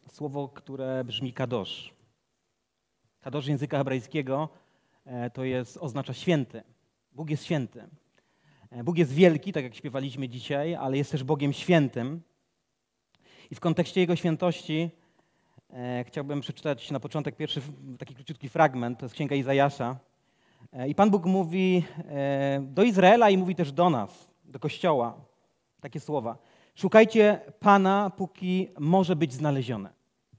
słowo, które brzmi kadosz. Kadosz języka hebrajskiego oznacza święty. Bóg jest święty. Bóg jest wielki, tak jak śpiewaliśmy dzisiaj, ale jest też Bogiem świętym. I w kontekście Jego świętości chciałbym przeczytać na początek pierwszy taki króciutki fragment, to jest Księga Izajasza. I Pan Bóg mówi do Izraela i mówi też do nas, do Kościoła, takie słowa. Szukajcie Pana, póki może być znalezione.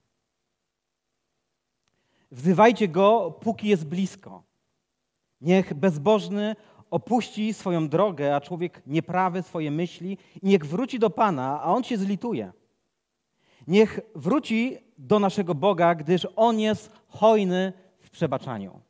Wzywajcie Go, póki jest blisko. Niech bezbożny opuści swoją drogę, a człowiek nieprawy swoje myśli i niech wróci do Pana, a On się zlituje. Niech wróci do naszego Boga, gdyż On jest hojny w przebaczaniu.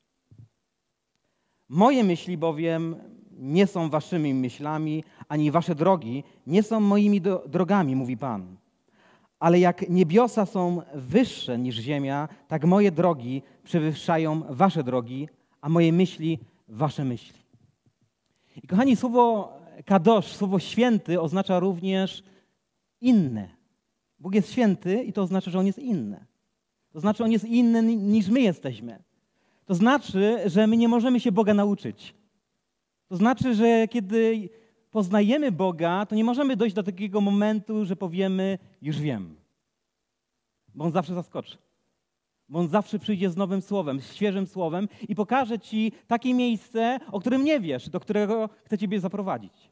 Moje myśli bowiem nie są waszymi myślami, ani wasze drogi nie są moimi drogami, mówi Pan. Ale jak niebiosa są wyższe niż ziemia, tak moje drogi przewyższają wasze drogi, a moje myśli wasze myśli. I kochani, słowo kadosz, słowo święty oznacza również inny. Bóg jest święty i to oznacza, że On jest inny. To znaczy, On jest inny niż my jesteśmy. To znaczy, że my nie możemy się Boga nauczyć. To znaczy, że kiedy poznajemy Boga, to nie możemy dojść do takiego momentu, że powiemy, już wiem. Bo On zawsze zaskoczy. Bo On zawsze przyjdzie z nowym słowem, z świeżym słowem i pokaże ci takie miejsce, o którym nie wiesz, do którego chce ciebie zaprowadzić.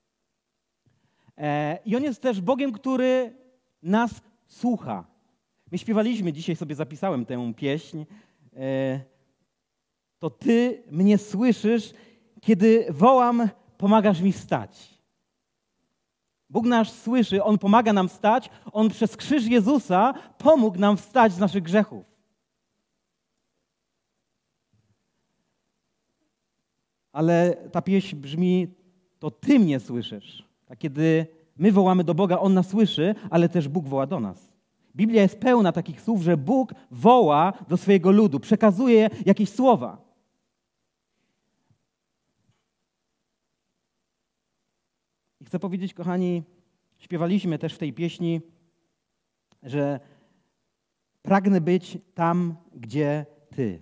I On jest też Bogiem, który nas słucha. My śpiewaliśmy, dzisiaj sobie zapisałem tę pieśń. To Ty mnie słyszysz, kiedy wołam, pomagasz mi wstać. Bóg nas słyszy, On pomaga nam wstać, On przez krzyż Jezusa pomógł nam wstać z naszych grzechów. Ale ta pieśń brzmi, to Ty mnie słyszysz. A kiedy my wołamy do Boga, On nas słyszy, ale też Bóg woła do nas. Biblia jest pełna takich słów, że Bóg woła do swojego ludu, przekazuje jakieś słowa. I chcę powiedzieć, kochani, śpiewaliśmy też w tej pieśni, że pragnę być tam, gdzie Ty.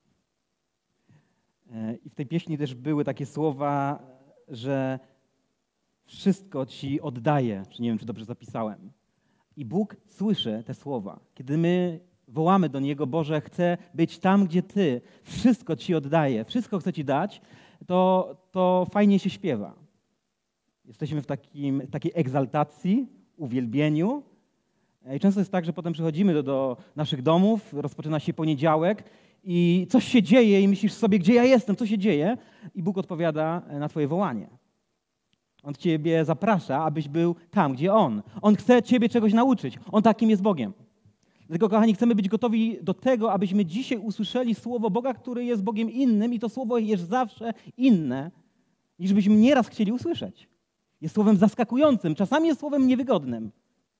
I w tej pieśni też były takie słowa, że wszystko Ci oddaję, czy nie wiem, czy dobrze zapisałem. I Bóg słyszy te słowa. Kiedy my wołamy do Niego, Boże, chcę być tam, gdzie Ty, wszystko Ci oddaję, wszystko chcę Ci dać, to fajnie się śpiewa. Jesteśmy w takiej egzaltacji, uwielbieniu. I często jest tak, że potem przychodzimy do naszych domów, rozpoczyna się poniedziałek i coś się dzieje i myślisz sobie, gdzie ja jestem, co się dzieje? I Bóg odpowiada na twoje wołanie. On ciebie zaprasza, abyś był tam, gdzie On. On chce ciebie czegoś nauczyć. On takim jest Bogiem. Dlatego, kochani, chcemy być gotowi do tego, abyśmy dzisiaj usłyszeli słowo Boga, który jest Bogiem innym i to słowo jest zawsze inne, niż byśmy nieraz chcieli usłyszeć. Jest słowem zaskakującym, czasami jest słowem niewygodnym.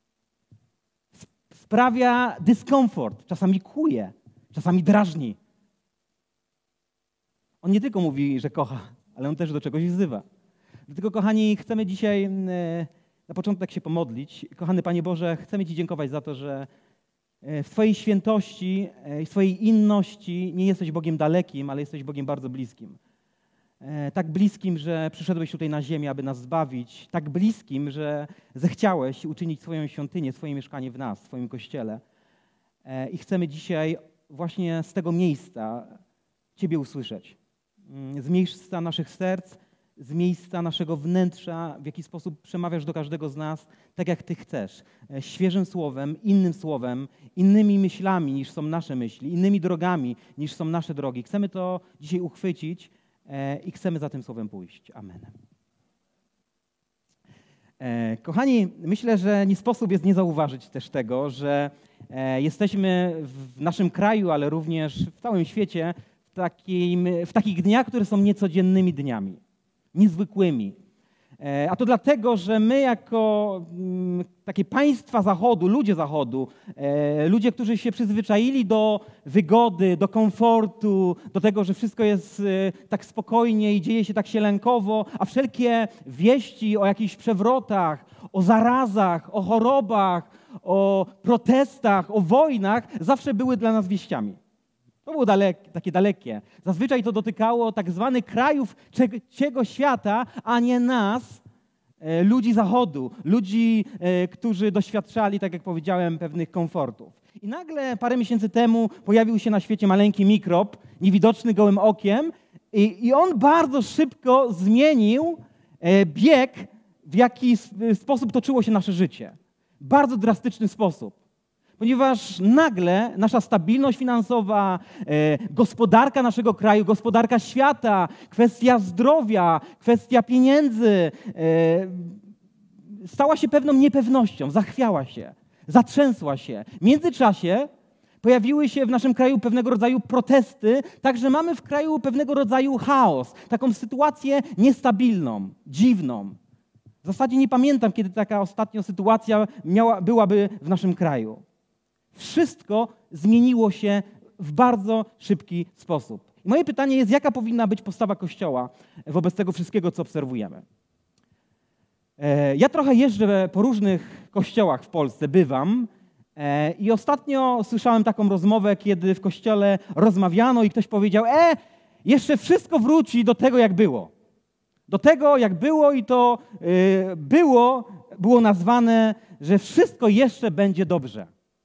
Sprawia dyskomfort, czasami kłuje, czasami drażni. On nie tylko mówi, że kocha, ale On też do czegoś wzywa. Dlatego, kochani, chcemy dzisiaj na początek się pomodlić. Kochany Panie Boże, chcemy Ci dziękować za to, że w Twojej świętości i w Twojej inności nie jesteś Bogiem dalekim, ale jesteś Bogiem bardzo bliskim. Tak bliskim, że przyszedłeś tutaj na ziemię, aby nas zbawić. Tak bliskim, że zechciałeś uczynić swoją świątynię, swoje mieszkanie w nas, w Twoim Kościele. I chcemy dzisiaj właśnie z tego miejsca Ciebie usłyszeć. Z miejsca naszych serc, z miejsca naszego wnętrza, w jaki sposób przemawiasz do każdego z nas, tak jak Ty chcesz. Świeżym słowem, innymi myślami niż są nasze myśli, innymi drogami niż są nasze drogi. Chcemy to dzisiaj uchwycić i chcemy za tym słowem pójść. Amen. Kochani, myślę, że nie sposób jest nie zauważyć też tego, że jesteśmy w naszym kraju, ale również w całym świecie w takich dniach, które są niecodziennymi dniami, niezwykłymi. A to dlatego, że my jako takie państwa Zachodu, ludzie Zachodu, ludzie, którzy się przyzwyczaili do wygody, do komfortu, do tego, że wszystko jest tak spokojnie i dzieje się tak sielankowo, a wszelkie wieści o jakichś przewrotach, o zarazach, o chorobach, o protestach, o wojnach zawsze były dla nas wieściami. To było takie dalekie. Zazwyczaj to dotykało tak zwanych krajów trzeciego świata, a nie nas, ludzi Zachodu, ludzi, którzy doświadczali, tak jak powiedziałem, pewnych komfortów. I nagle parę miesięcy temu pojawił się na świecie maleńki mikrob, niewidoczny gołym okiem, i on bardzo szybko zmienił bieg, w jaki sposób toczyło się nasze życie. Bardzo drastyczny sposób. Ponieważ nagle nasza stabilność finansowa, gospodarka naszego kraju, gospodarka świata, kwestia zdrowia, kwestia pieniędzy stała się pewną niepewnością, zachwiała się, zatrzęsła się. W międzyczasie pojawiły się w naszym kraju pewnego rodzaju protesty, także mamy w kraju pewnego rodzaju chaos, taką sytuację niestabilną, dziwną. W zasadzie nie pamiętam, kiedy taka ostatnia sytuacja byłaby w naszym kraju. Wszystko zmieniło się w bardzo szybki sposób. I moje pytanie jest, jaka powinna być postawa Kościoła wobec tego wszystkiego, co obserwujemy? Ja trochę jeżdżę po różnych kościołach w Polsce, bywam i ostatnio słyszałem taką rozmowę, kiedy w kościele rozmawiano i ktoś powiedział, jeszcze wszystko wróci do tego, jak było. Do tego, jak było i to było nazwane, że wszystko jeszcze będzie dobrze.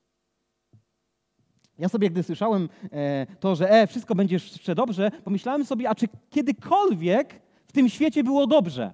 Ja sobie, gdy słyszałem to, że wszystko będzie jeszcze dobrze, pomyślałem sobie, a czy kiedykolwiek w tym świecie było dobrze?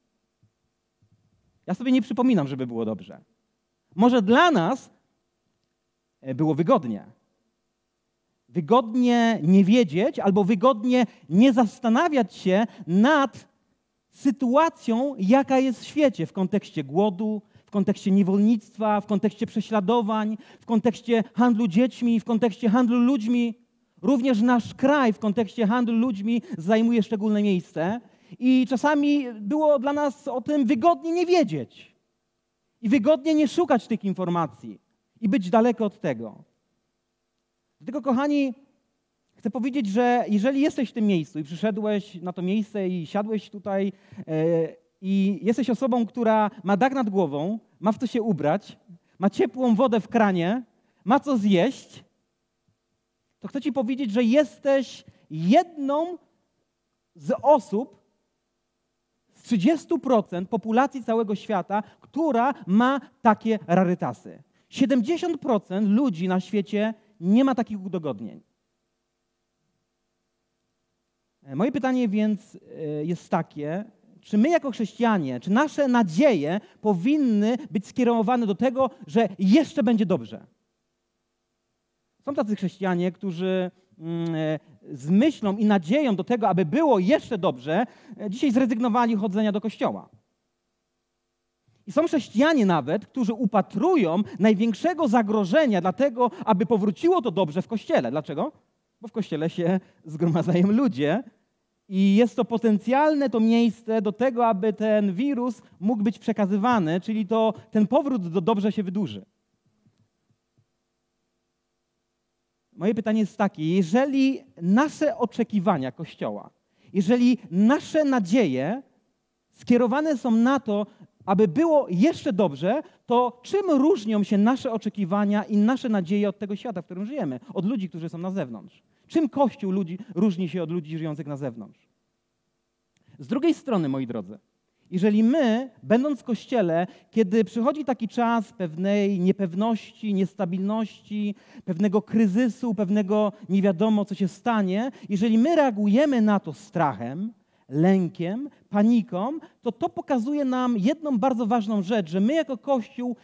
Ja sobie nie przypominam, żeby było dobrze. Może dla nas było wygodnie. Wygodnie nie wiedzieć albo wygodnie nie zastanawiać się nad sytuacją, jaka jest w świecie w kontekście głodu, w kontekście niewolnictwa, w kontekście prześladowań, w kontekście handlu dziećmi, w kontekście handlu ludźmi. Również nasz kraj w kontekście handlu ludźmi zajmuje szczególne miejsce i czasami było dla nas o tym wygodnie nie wiedzieć i wygodnie nie szukać tych informacji i być daleko od tego. Dlatego, kochani, chcę powiedzieć, że jeżeli jesteś w tym miejscu i przyszedłeś na to miejsce i siadłeś tutaj i jesteś osobą, która ma dach nad głową, ma w co się ubrać, ma ciepłą wodę w kranie, ma co zjeść, to chcę ci powiedzieć, że jesteś jedną z osób z 30% populacji całego świata, która ma takie rarytasy. 70% ludzi na świecie nie ma takich udogodnień. Moje pytanie więc jest takie, czy my jako chrześcijanie, czy nasze nadzieje powinny być skierowane do tego, że jeszcze będzie dobrze? Są tacy chrześcijanie, którzy z myślą i nadzieją do tego, aby było jeszcze dobrze, dzisiaj zrezygnowali chodzenia do kościoła. I są chrześcijanie nawet, którzy upatrują największego zagrożenia dla tego, aby powróciło to dobrze w kościele. Dlaczego? Bo w kościele się zgromadzają ludzie i jest to potencjalne to miejsce do tego, aby ten wirus mógł być przekazywany, czyli ten powrót do dobrze się wydłuży. Moje pytanie jest takie, jeżeli nasze oczekiwania Kościoła, jeżeli nasze nadzieje skierowane są na to, aby było jeszcze dobrze, to czym różnią się nasze oczekiwania i nasze nadzieje od tego świata, w którym żyjemy, od ludzi, którzy są na zewnątrz? Czym Kościół różni się od ludzi żyjących na zewnątrz? Z drugiej strony, moi drodzy, jeżeli my, będąc w Kościele, kiedy przychodzi taki czas pewnej niepewności, niestabilności, pewnego kryzysu, pewnego nie wiadomo, co się stanie, jeżeli my reagujemy na to strachem, lękiem, paniką, to pokazuje nam jedną bardzo ważną rzecz, że my jako Kościół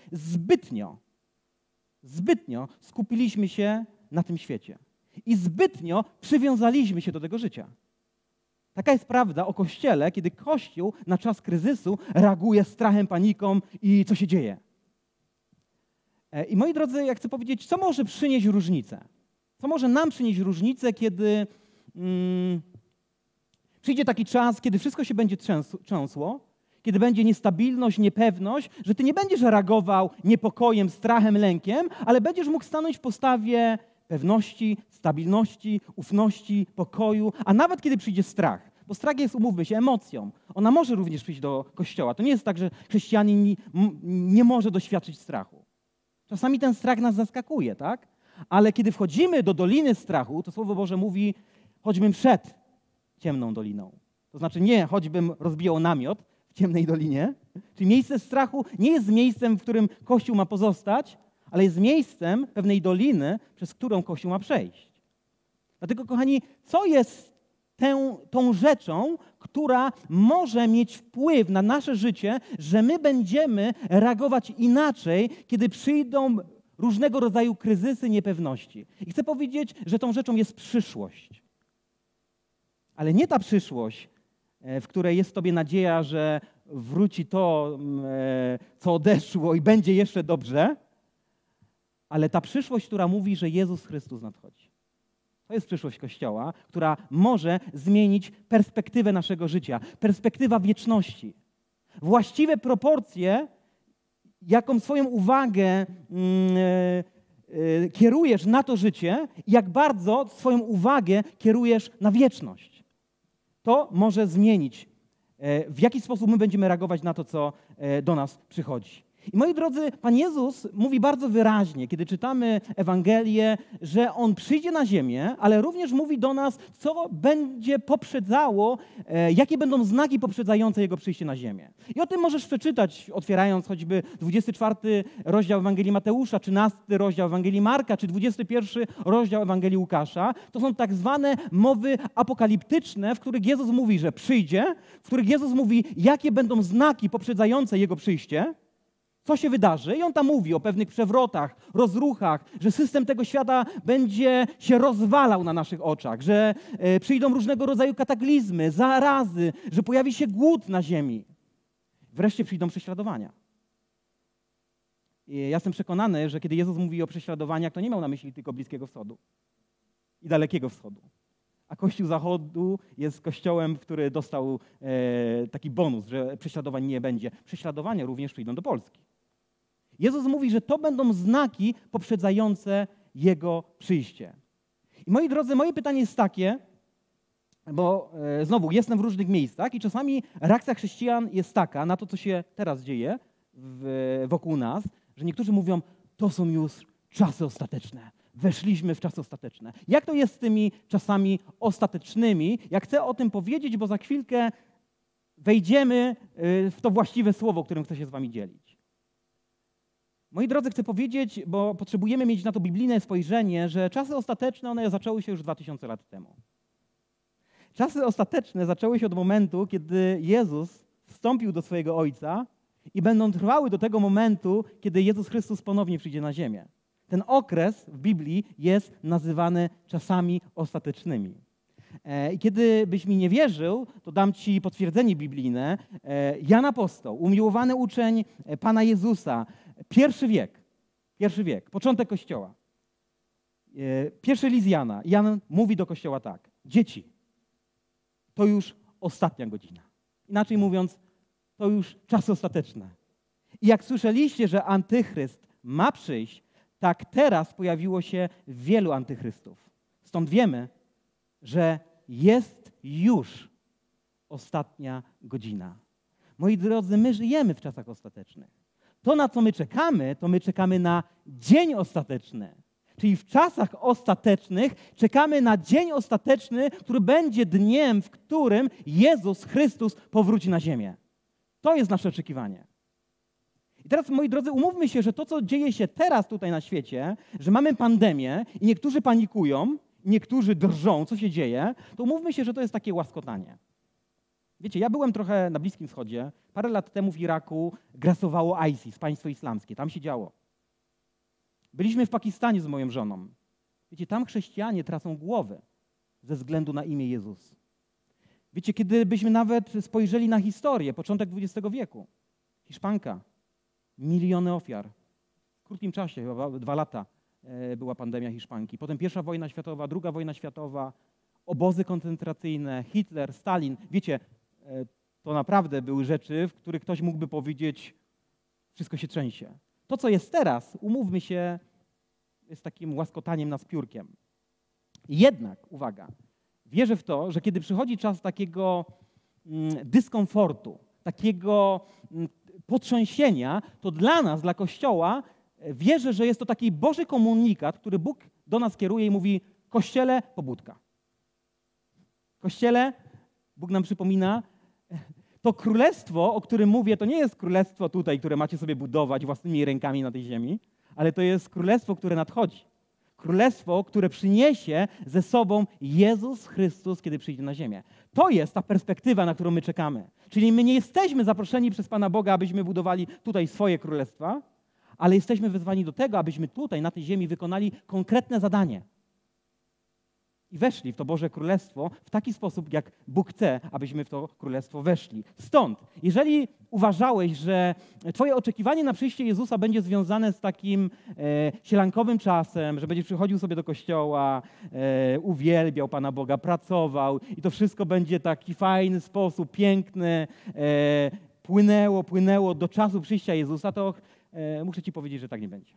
zbytnio skupiliśmy się na tym świecie i zbytnio przywiązaliśmy się do tego życia. Taka jest prawda o Kościele, kiedy Kościół na czas kryzysu reaguje strachem, paniką i co się dzieje. I moi drodzy, ja chcę powiedzieć, co może przynieść różnicę? Co może nam przynieść różnicę, kiedy przyjdzie taki czas, kiedy wszystko się będzie trzęsło, kiedy będzie niestabilność, niepewność, że ty nie będziesz reagował niepokojem, strachem, lękiem, ale będziesz mógł stanąć w postawie pewności, stabilności, ufności, pokoju, a nawet kiedy przyjdzie strach, bo strach jest, umówmy się, emocją. Ona może również przyjść do Kościoła. To nie jest tak, że chrześcijanin nie może doświadczyć strachu. Czasami ten strach nas zaskakuje, tak? Ale kiedy wchodzimy do doliny strachu, to Słowo Boże mówi, choćbym przed ciemną doliną. To znaczy nie, choćbym rozbijał namiot w ciemnej dolinie. Czyli miejsce strachu nie jest miejscem, w którym Kościół ma pozostać, ale jest miejscem pewnej doliny, przez którą Kościół ma przejść. Dlatego, kochani, co jest tą rzeczą, która może mieć wpływ na nasze życie, że my będziemy reagować inaczej, kiedy przyjdą różnego rodzaju kryzysy, niepewności. I chcę powiedzieć, że tą rzeczą jest przyszłość. Ale nie ta przyszłość, w której jest w tobie nadzieja, że wróci to, co odeszło i będzie jeszcze dobrze, ale ta przyszłość, która mówi, że Jezus Chrystus nadchodzi. To jest przyszłość Kościoła, która może zmienić perspektywę naszego życia, perspektywa wieczności. Właściwe proporcje, jaką swoją uwagę kierujesz na to życie, jak bardzo swoją uwagę kierujesz na wieczność. To może zmienić, w jaki sposób my będziemy reagować na to, co do nas przychodzi. I moi drodzy, Pan Jezus mówi bardzo wyraźnie, kiedy czytamy Ewangelię, że On przyjdzie na ziemię, ale również mówi do nas, co będzie poprzedzało, jakie będą znaki poprzedzające Jego przyjście na ziemię. I o tym możesz przeczytać, otwierając choćby 24 rozdział Ewangelii Mateusza, 13 rozdział Ewangelii Marka, czy 21 rozdział Ewangelii Łukasza. To są tak zwane mowy apokaliptyczne, w których Jezus mówi, że przyjdzie, w których Jezus mówi, jakie będą znaki poprzedzające Jego przyjście, co się wydarzy. I on tam mówi o pewnych przewrotach, rozruchach, że system tego świata będzie się rozwalał na naszych oczach, że przyjdą różnego rodzaju kataklizmy, zarazy, że pojawi się głód na ziemi. Wreszcie przyjdą prześladowania. I ja jestem przekonany, że kiedy Jezus mówi o prześladowaniach, to nie miał na myśli tylko Bliskiego Wschodu i Dalekiego Wschodu. A Kościół Zachodu jest kościołem, który dostał taki bonus, że prześladowań nie będzie. Prześladowania również przyjdą do Polski. Jezus mówi, że to będą znaki poprzedzające Jego przyjście. I moi drodzy, moje pytanie jest takie, bo znowu jestem w różnych miejscach i czasami reakcja chrześcijan jest taka na to, co się teraz dzieje wokół nas, że niektórzy mówią, to są już czasy ostateczne. Weszliśmy w czasy ostateczne. Jak to jest z tymi czasami ostatecznymi? Ja chcę o tym powiedzieć, bo za chwilkę wejdziemy w to właściwe słowo, którym chcę się z wami dzielić. Moi drodzy, chcę powiedzieć, bo potrzebujemy mieć na to biblijne spojrzenie, że czasy ostateczne, one zaczęły się już 2000 lat temu. Czasy ostateczne zaczęły się od momentu, kiedy Jezus wstąpił do swojego Ojca i będą trwały do tego momentu, kiedy Jezus Chrystus ponownie przyjdzie na ziemię. Ten okres w Biblii jest nazywany czasami ostatecznymi. I kiedy byś mi nie wierzył, to dam ci potwierdzenie biblijne. Jan Apostoł, umiłowany uczeń Pana Jezusa, pierwszy wiek, początek Kościoła. Pierwszy list Jana. Jan mówi do Kościoła tak. Dzieci, to już ostatnia godzina. Inaczej mówiąc, to już czasy ostateczne. I jak słyszeliście, że antychryst ma przyjść, tak teraz pojawiło się wielu antychrystów. Stąd wiemy, że jest już ostatnia godzina. Moi drodzy, my żyjemy w czasach ostatecznych. To, na co my czekamy na dzień ostateczny. Czyli w czasach ostatecznych czekamy na dzień ostateczny, który będzie dniem, w którym Jezus Chrystus powróci na ziemię. To jest nasze oczekiwanie. I teraz, moi drodzy, umówmy się, że to, co dzieje się teraz tutaj na świecie, że mamy pandemię i niektórzy panikują, niektórzy drżą, co się dzieje, to umówmy się, że to jest takie łaskotanie. Wiecie, ja byłem trochę na Bliskim Wschodzie. Parę lat temu w Iraku grasowało ISIS, państwo islamskie. Tam się działo. Byliśmy w Pakistanie z moją żoną. Wiecie, tam chrześcijanie tracą głowy ze względu na imię Jezus. Wiecie, kiedy byśmy nawet spojrzeli na historię, początek XX wieku. Hiszpanka, miliony ofiar. W krótkim czasie, chyba 2 lata była pandemia Hiszpanki. Potem I wojna światowa, II wojna światowa, obozy koncentracyjne, Hitler, Stalin. Wiecie, to naprawdę były rzeczy, w których ktoś mógłby powiedzieć, wszystko się trzęsie. To, co jest teraz, umówmy się, jest takim łaskotaniem nas piórkiem. Jednak, uwaga, wierzę w to, że kiedy przychodzi czas takiego dyskomfortu, takiego potrząsienia, to dla nas, dla Kościoła, wierzę, że jest to taki Boży komunikat, który Bóg do nas kieruje i mówi: Kościele, pobudka. Kościele, Bóg nam przypomina, to królestwo, o którym mówię, to nie jest królestwo tutaj, które macie sobie budować własnymi rękami na tej ziemi, ale to jest królestwo, które nadchodzi. Królestwo, które przyniesie ze sobą Jezus Chrystus, kiedy przyjdzie na ziemię. To jest ta perspektywa, na którą my czekamy. Czyli my nie jesteśmy zaproszeni przez Pana Boga, abyśmy budowali tutaj swoje królestwa, ale jesteśmy wezwani do tego, abyśmy tutaj, na tej ziemi, wykonali konkretne zadanie. I weszli w to Boże Królestwo w taki sposób, jak Bóg chce, abyśmy w to Królestwo weszli. Stąd, jeżeli uważałeś, że twoje oczekiwanie na przyjście Jezusa będzie związane z takim sielankowym czasem, że będzie przychodził sobie do kościoła, uwielbiał Pana Boga, pracował i to wszystko będzie taki fajny sposób, piękny, płynęło do czasu przyjścia Jezusa, to muszę ci powiedzieć, że tak nie będzie.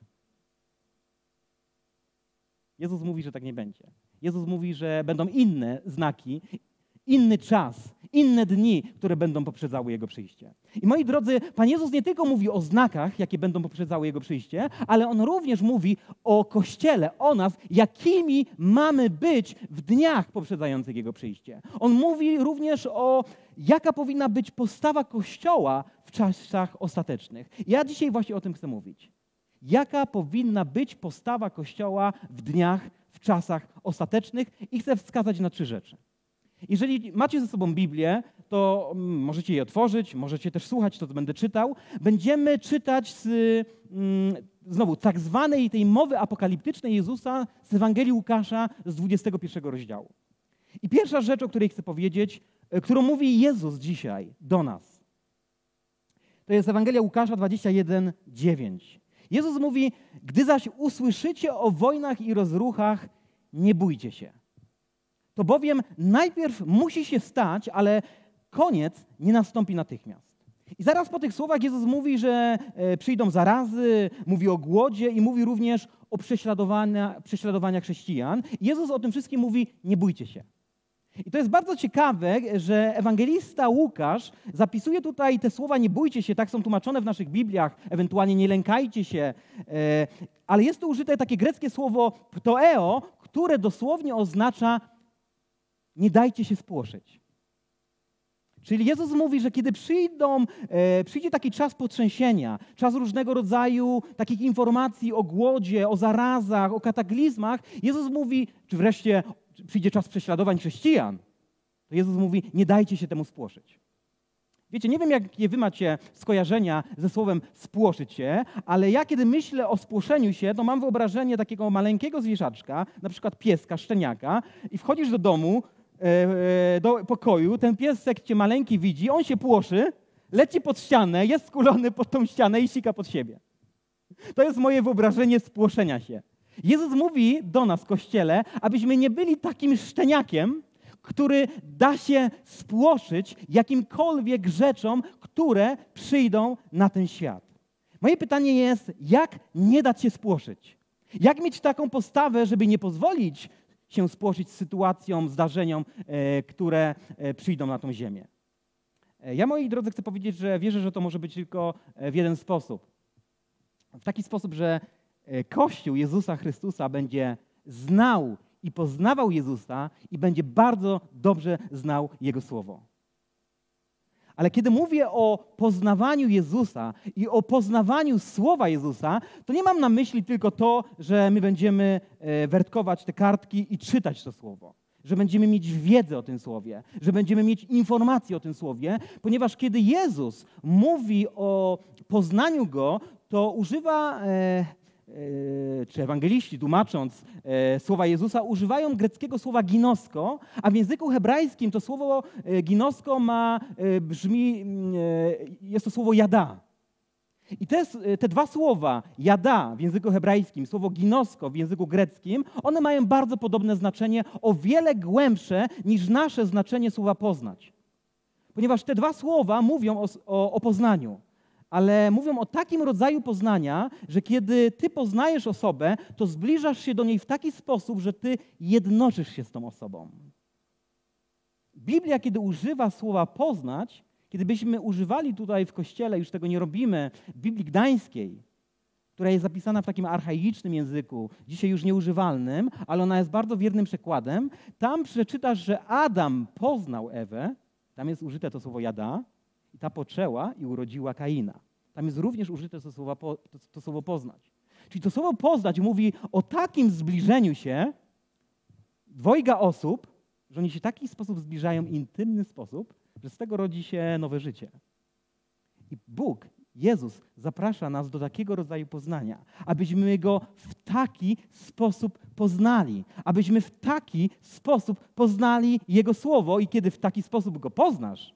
Jezus mówi, że tak nie będzie. Jezus mówi, że będą inne znaki, inny czas, inne dni, które będą poprzedzały Jego przyjście. I moi drodzy, Pan Jezus nie tylko mówi o znakach, jakie będą poprzedzały Jego przyjście, ale On również mówi o Kościele, o nas, jakimi mamy być w dniach poprzedzających Jego przyjście. On mówi również o jaka powinna być postawa Kościoła w czasach ostatecznych. Ja dzisiaj właśnie o tym chcę mówić. Jaka powinna być postawa Kościoła w dniach, w czasach ostatecznych i chcę wskazać na 3 rzeczy. Jeżeli macie ze sobą Biblię, to możecie je otworzyć, możecie też słuchać to, co będę czytał. Będziemy czytać znowu tak zwanej tej mowy apokaliptycznej Jezusa z Ewangelii Łukasza z 21 rozdziału. I pierwsza rzecz, o której chcę powiedzieć, którą mówi Jezus dzisiaj do nas, to jest Ewangelia Łukasza 21:9. Jezus mówi: gdy zaś usłyszycie o wojnach i rozruchach, nie bójcie się. To bowiem najpierw musi się stać, ale koniec nie nastąpi natychmiast. I zaraz po tych słowach Jezus mówi, że przyjdą zarazy, mówi o głodzie i mówi również o prześladowaniach chrześcijan. I Jezus o tym wszystkim mówi: nie bójcie się. I to jest bardzo ciekawe, że ewangelista Łukasz zapisuje tutaj te słowa nie bójcie się, tak są tłumaczone w naszych Bibliach, ewentualnie nie lękajcie się, ale jest tu użyte takie greckie słowo ptoeo, które dosłownie oznacza nie dajcie się spłoszyć. Czyli Jezus mówi, że kiedy przyjdzie taki czas potrzęsienia, czas różnego rodzaju takich informacji o głodzie, o zarazach, o kataklizmach, Jezus mówi, czy wreszcie przyjdzie czas prześladowań chrześcijan, to Jezus mówi, nie dajcie się temu spłoszyć. Wiecie, nie wiem, jakie wy macie skojarzenia ze słowem spłoszyć się, ale ja kiedy myślę o spłoszeniu się, to mam wyobrażenie takiego maleńkiego zwierzaczka, na przykład pieska, szczeniaka, i wchodzisz do domu, do pokoju, ten piesek cię maleńki widzi, on się płoszy, leci pod ścianę, jest skulony pod tą ścianę i sika pod siebie. To jest moje wyobrażenie spłoszenia się. Jezus mówi do nas, Kościele, abyśmy nie byli takim szczeniakiem, który da się spłoszyć jakimkolwiek rzeczom, które przyjdą na ten świat. Moje pytanie jest, jak nie dać się spłoszyć? Jak mieć taką postawę, żeby nie pozwolić się spłoszyć sytuacjom, zdarzeniom, które przyjdą na tą ziemię? Ja, moi drodzy, chcę powiedzieć, że wierzę, że to może być tylko w jeden sposób. W taki sposób, że Kościół Jezusa Chrystusa będzie znał i poznawał Jezusa i będzie bardzo dobrze znał Jego Słowo. Ale kiedy mówię o poznawaniu Jezusa i o poznawaniu Słowa Jezusa, to nie mam na myśli tylko to, że my będziemy wertkować te kartki i czytać to Słowo. Że będziemy mieć wiedzę o tym Słowie, że będziemy mieć informacje o tym Słowie, ponieważ kiedy Jezus mówi o poznaniu Go, to używa, czy ewangeliści tłumacząc słowa Jezusa, używają greckiego słowa ginosko, a w języku hebrajskim to słowo ginosko brzmi, jest to słowo jada. I te 2 słowa, jada w języku hebrajskim, słowo ginosko w języku greckim, one mają bardzo podobne znaczenie, o wiele głębsze niż nasze znaczenie słowa poznać. Ponieważ te 2 słowa mówią o poznaniu, ale mówią o takim rodzaju poznania, że kiedy ty poznajesz osobę, to zbliżasz się do niej w taki sposób, że ty jednoczysz się z tą osobą. Biblia, kiedy używa słowa poznać, kiedy byśmy używali tutaj w Kościele, już tego nie robimy, w Biblii Gdańskiej, która jest zapisana w takim archaicznym języku, dzisiaj już nieużywalnym, ale ona jest bardzo wiernym przekładem, tam przeczytasz, że Adam poznał Ewę, tam jest użyte to słowo jada, i ta poczęła i urodziła Kaina. Tam jest również użyte to słowo poznać. Czyli to słowo poznać mówi o takim zbliżeniu się dwojga osób, że oni się w taki sposób zbliżają, intymny sposób, że z tego rodzi się nowe życie. I Bóg, Jezus zaprasza nas do takiego rodzaju poznania, abyśmy Go w taki sposób poznali, abyśmy w taki sposób poznali Jego Słowo i kiedy w taki sposób Go poznasz,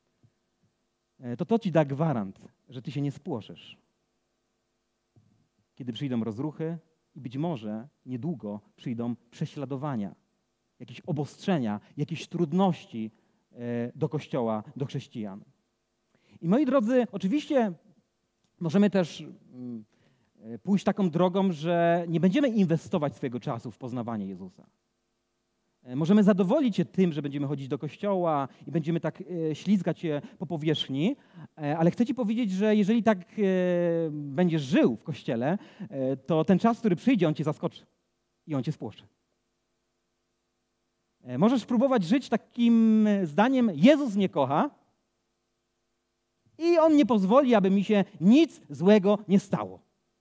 to Ci da gwarant, że Ty się nie spłoszysz. Kiedy przyjdą rozruchy i być może niedługo przyjdą prześladowania, jakieś obostrzenia, jakieś trudności do Kościoła, do chrześcijan. I moi drodzy, oczywiście możemy też pójść taką drogą, że nie będziemy inwestować swojego czasu w poznawanie Jezusa. Możemy zadowolić się tym, że będziemy chodzić do kościoła i będziemy tak ślizgać się po powierzchni, ale chcę Ci powiedzieć, że jeżeli tak będziesz żył w kościele, to ten czas, który przyjdzie, on Cię zaskoczy i on Cię spłoszy. Możesz próbować żyć takim zdaniem: Jezus mnie kocha i On nie pozwoli, aby mi się nic złego nie stało.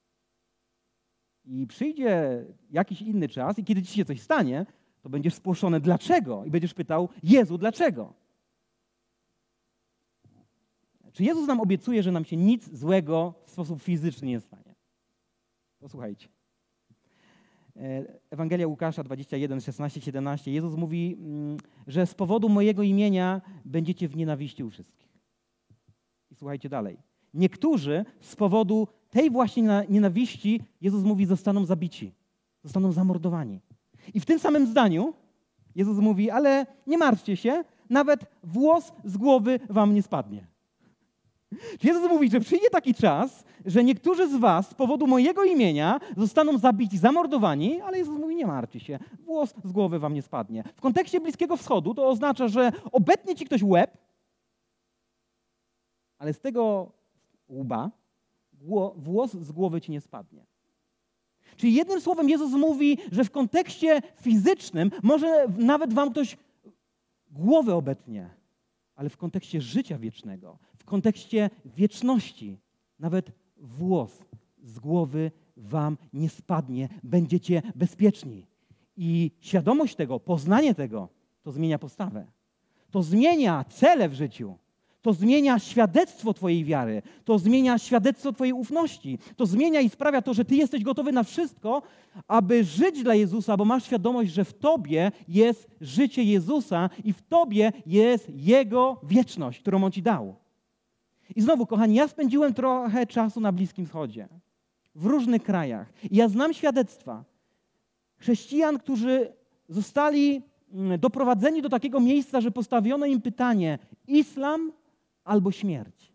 I przyjdzie jakiś inny czas i kiedy Ci się coś stanie, to będziesz spłoszony. Dlaczego? I będziesz pytał: Jezu, dlaczego? Czy Jezus nam obiecuje, że nam się nic złego w sposób fizyczny nie stanie? Posłuchajcie. Ewangelia Łukasza 21, 16, 17. Jezus mówi, że z powodu mojego imienia będziecie w nienawiści u wszystkich. I słuchajcie dalej. Niektórzy z powodu tej właśnie nienawiści, Jezus mówi, zostaną zabici, zostaną zamordowani. I w tym samym zdaniu Jezus mówi: ale nie martwcie się, nawet włos z głowy wam nie spadnie. Jezus mówi, że przyjdzie taki czas, że niektórzy z was z powodu mojego imienia zostaną zabici, zamordowani, ale Jezus mówi: nie martwcie się, włos z głowy wam nie spadnie. W kontekście Bliskiego Wschodu to oznacza, że obetnie ci ktoś łeb, ale z tego łba włos z głowy ci nie spadnie. Czyli jednym słowem Jezus mówi, że w kontekście fizycznym może nawet wam ktoś głowę obetnie, ale w kontekście życia wiecznego, w kontekście wieczności, nawet włos z głowy wam nie spadnie, będziecie bezpieczni. I świadomość tego, poznanie tego, to zmienia postawę. To zmienia cele w życiu. To zmienia świadectwo twojej wiary. To zmienia świadectwo twojej ufności. To zmienia i sprawia to, że ty jesteś gotowy na wszystko, aby żyć dla Jezusa, bo masz świadomość, że w tobie jest życie Jezusa i w tobie jest Jego wieczność, którą On ci dał. I znowu, kochani, ja spędziłem trochę czasu na Bliskim Wschodzie, w różnych krajach. I ja znam świadectwa chrześcijan, którzy zostali doprowadzeni do takiego miejsca, że postawiono im pytanie: islam albo śmierć.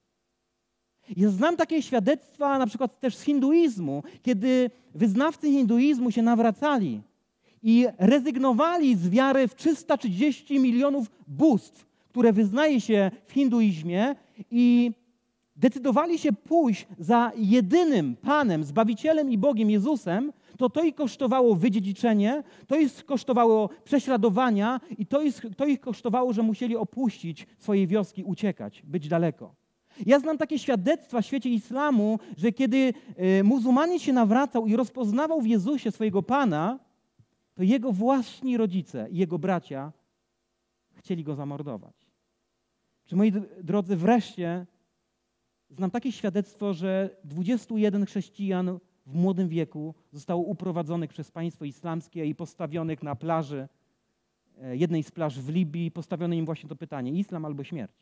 Ja znam takie świadectwa na przykład też z hinduizmu, kiedy wyznawcy hinduizmu się nawracali i rezygnowali z wiary w 330 milionów bóstw, które wyznaje się w hinduizmie, i decydowali się pójść za jedynym Panem, Zbawicielem i Bogiem Jezusem. To ich kosztowało wydziedziczenie, to ich kosztowało prześladowania i to ich kosztowało, że musieli opuścić swoje wioski, uciekać, być daleko. Ja znam takie świadectwa w świecie islamu, że kiedy muzułmanin się nawracał i rozpoznawał w Jezusie swojego Pana, to jego własni rodzice i jego bracia chcieli go zamordować. Czy, moi drodzy, wreszcie znam takie świadectwo, że 21 chrześcijan w młodym wieku zostało uprowadzonych przez państwo islamskie i postawionych na plaży, jednej z plaż w Libii, postawiono im właśnie to pytanie: islam albo śmierć.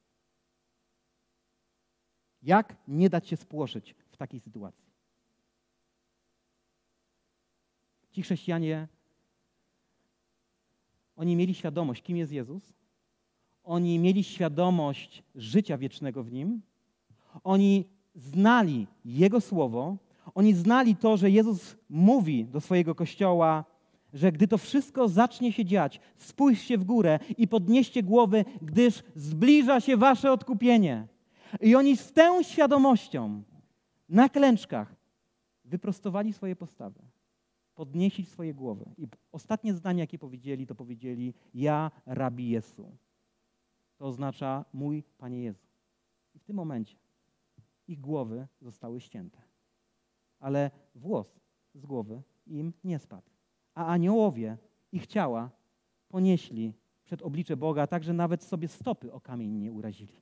Jak nie dać się spłoszyć w takiej sytuacji? Ci chrześcijanie, oni mieli świadomość, kim jest Jezus. Oni mieli świadomość życia wiecznego w Nim. Oni znali Jego Słowo. Oni znali to, że Jezus mówi do swojego Kościoła, że gdy to wszystko zacznie się dziać, spójrzcie w górę i podnieście głowy, gdyż zbliża się wasze odkupienie. I oni z tą świadomością na klęczkach wyprostowali swoje postawy, podnieśli swoje głowy. I ostatnie zdanie, jakie powiedzieli, to powiedzieli: ja, Rabbi Jesu. To oznacza mój Panie Jezu. I w tym momencie ich głowy zostały ścięte. Ale włos z głowy im nie spadł. A aniołowie ich ciała ponieśli przed oblicze Boga, tak że nawet sobie stopy o kamień nie urazili.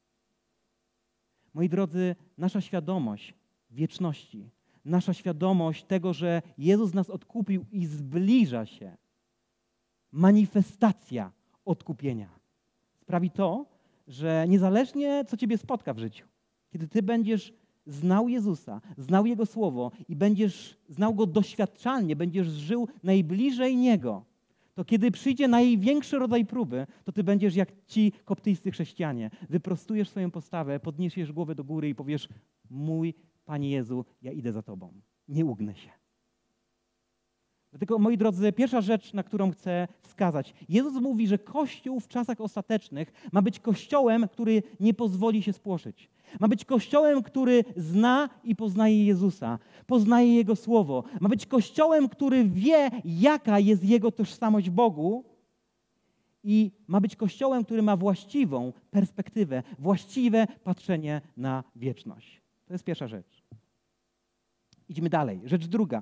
Moi drodzy, nasza świadomość wieczności, nasza świadomość tego, że Jezus nas odkupił i zbliża się manifestacja odkupienia, sprawi to, że niezależnie co ciebie spotka w życiu, kiedy ty będziesz znał Jezusa, znał Jego Słowo i będziesz znał Go doświadczalnie, będziesz żył najbliżej Niego, to kiedy przyjdzie największy rodzaj próby, to ty będziesz jak ci koptyjscy chrześcijanie. Wyprostujesz swoją postawę, podniesiesz głowę do góry i powiesz: mój Panie Jezu, ja idę za Tobą. Nie ugnę się. Dlatego, moi drodzy, pierwsza rzecz, na którą chcę wskazać. Jezus mówi, że Kościół w czasach ostatecznych ma być Kościołem, który nie pozwoli się spłoszyć. Ma być Kościołem, który zna i poznaje Jezusa, poznaje Jego Słowo. Ma być Kościołem, który wie, jaka jest Jego tożsamość w Bogu i ma być Kościołem, który ma właściwą perspektywę, właściwe patrzenie na wieczność. To jest pierwsza rzecz. Idźmy dalej. Rzecz druga.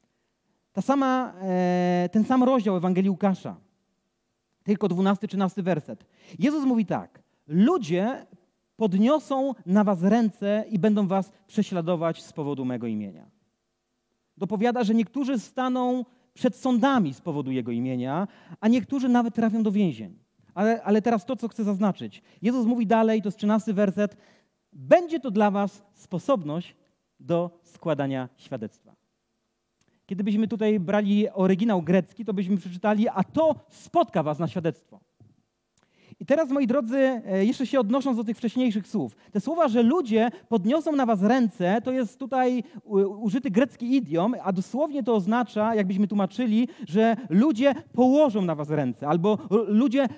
Ten sam rozdział Ewangelii Łukasza, tylko 12-13 werset. Jezus mówi tak: ludzie podniosą na was ręce i będą was prześladować z powodu mego imienia. Dopowiada, że niektórzy staną przed sądami z powodu Jego imienia, a niektórzy nawet trafią do więzień. Ale teraz to, co chcę zaznaczyć. Jezus mówi dalej, to jest 13 werset: będzie to dla was sposobność do składania świadectwa. Kiedy byśmy tutaj brali oryginał grecki, to byśmy przeczytali: a to spotka was na świadectwo. I teraz, moi drodzy, jeszcze się odnosząc do tych wcześniejszych słów. Te słowa, że ludzie podniosą na was ręce, to jest tutaj użyty grecki idiom, a dosłownie to oznacza, jakbyśmy tłumaczyli, że ludzie położą na was ręce, albo ludzie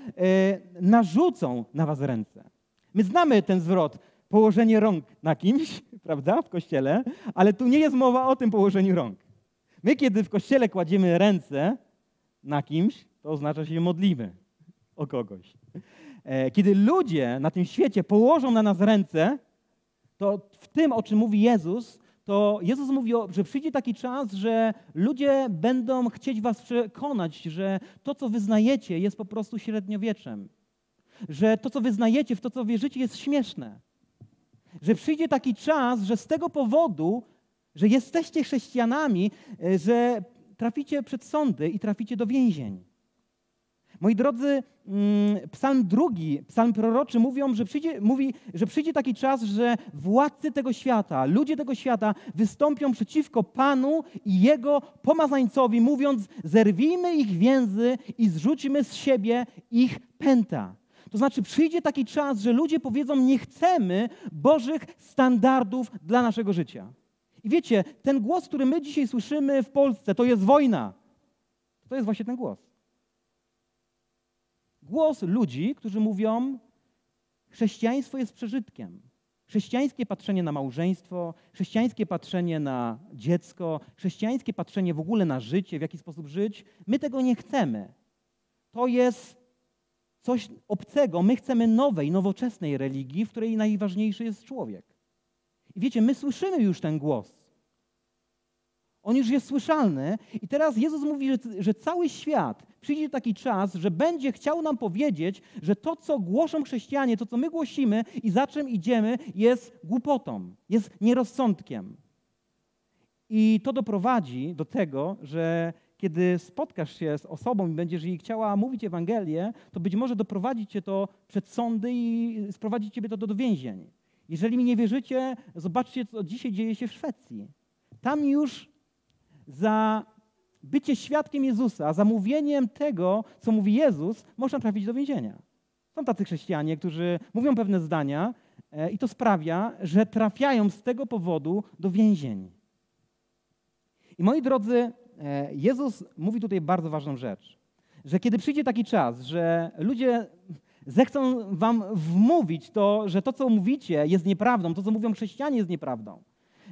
narzucą na was ręce. My znamy ten zwrot, położenie rąk na kimś, prawda, w kościele, ale tu nie jest mowa o tym położeniu rąk. My, kiedy w kościele kładziemy ręce na kimś, to oznacza, że się modlimy o kogoś. Kiedy ludzie na tym świecie położą na nas ręce, to w tym, o czym mówi Jezus, to Jezus mówi, że przyjdzie taki czas, że ludzie będą chcieć was przekonać, że to, co wyznajecie, jest po prostu średniowieczem. Że to, co wyznajecie, w to, co wierzycie, jest śmieszne. Że przyjdzie taki czas, że z tego powodu, że jesteście chrześcijanami, że traficie przed sądy i traficie do więzień. Moi drodzy, psalm 2, psalm proroczy mówi, że przyjdzie taki czas, że władcy tego świata, ludzie tego świata wystąpią przeciwko Panu i Jego pomazańcowi, mówiąc: zerwijmy ich więzy i zrzućmy z siebie ich pęta. To znaczy, przyjdzie taki czas, że ludzie powiedzą: nie chcemy Bożych standardów dla naszego życia. I wiecie, ten głos, który my dzisiaj słyszymy w Polsce, to jest wojna. To jest właśnie ten głos. Głos ludzi, którzy mówią: chrześcijaństwo jest przeżytkiem. Chrześcijańskie patrzenie na małżeństwo, chrześcijańskie patrzenie na dziecko, chrześcijańskie patrzenie w ogóle na życie, w jaki sposób żyć, my tego nie chcemy. To jest coś obcego. My chcemy nowej, nowoczesnej religii, w której najważniejszy jest człowiek. I wiecie, my słyszymy już ten głos. On już jest słyszalny i teraz Jezus mówi, że cały świat, przyjdzie taki czas, że będzie chciał nam powiedzieć, że to, co głoszą chrześcijanie, to, co my głosimy i za czym idziemy, jest głupotą, jest nierozsądkiem. I to doprowadzi do tego, że kiedy spotkasz się z osobą i będziesz jej chciała mówić Ewangelię, to być może doprowadzi cię to przed sądy i sprowadzi ciebie to do więzień. Jeżeli mi nie wierzycie, zobaczcie, co dzisiaj dzieje się w Szwecji. Tam już za bycie świadkiem Jezusa, za mówieniem tego, co mówi Jezus, można trafić do więzienia. Są tacy chrześcijanie, którzy mówią pewne zdania i to sprawia, że trafiają z tego powodu do więzień. I moi drodzy, Jezus mówi tutaj bardzo ważną rzecz, że kiedy przyjdzie taki czas, że ludzie zechcą wam wmówić to, że to, co mówicie, jest nieprawdą, to, co mówią chrześcijanie, jest nieprawdą,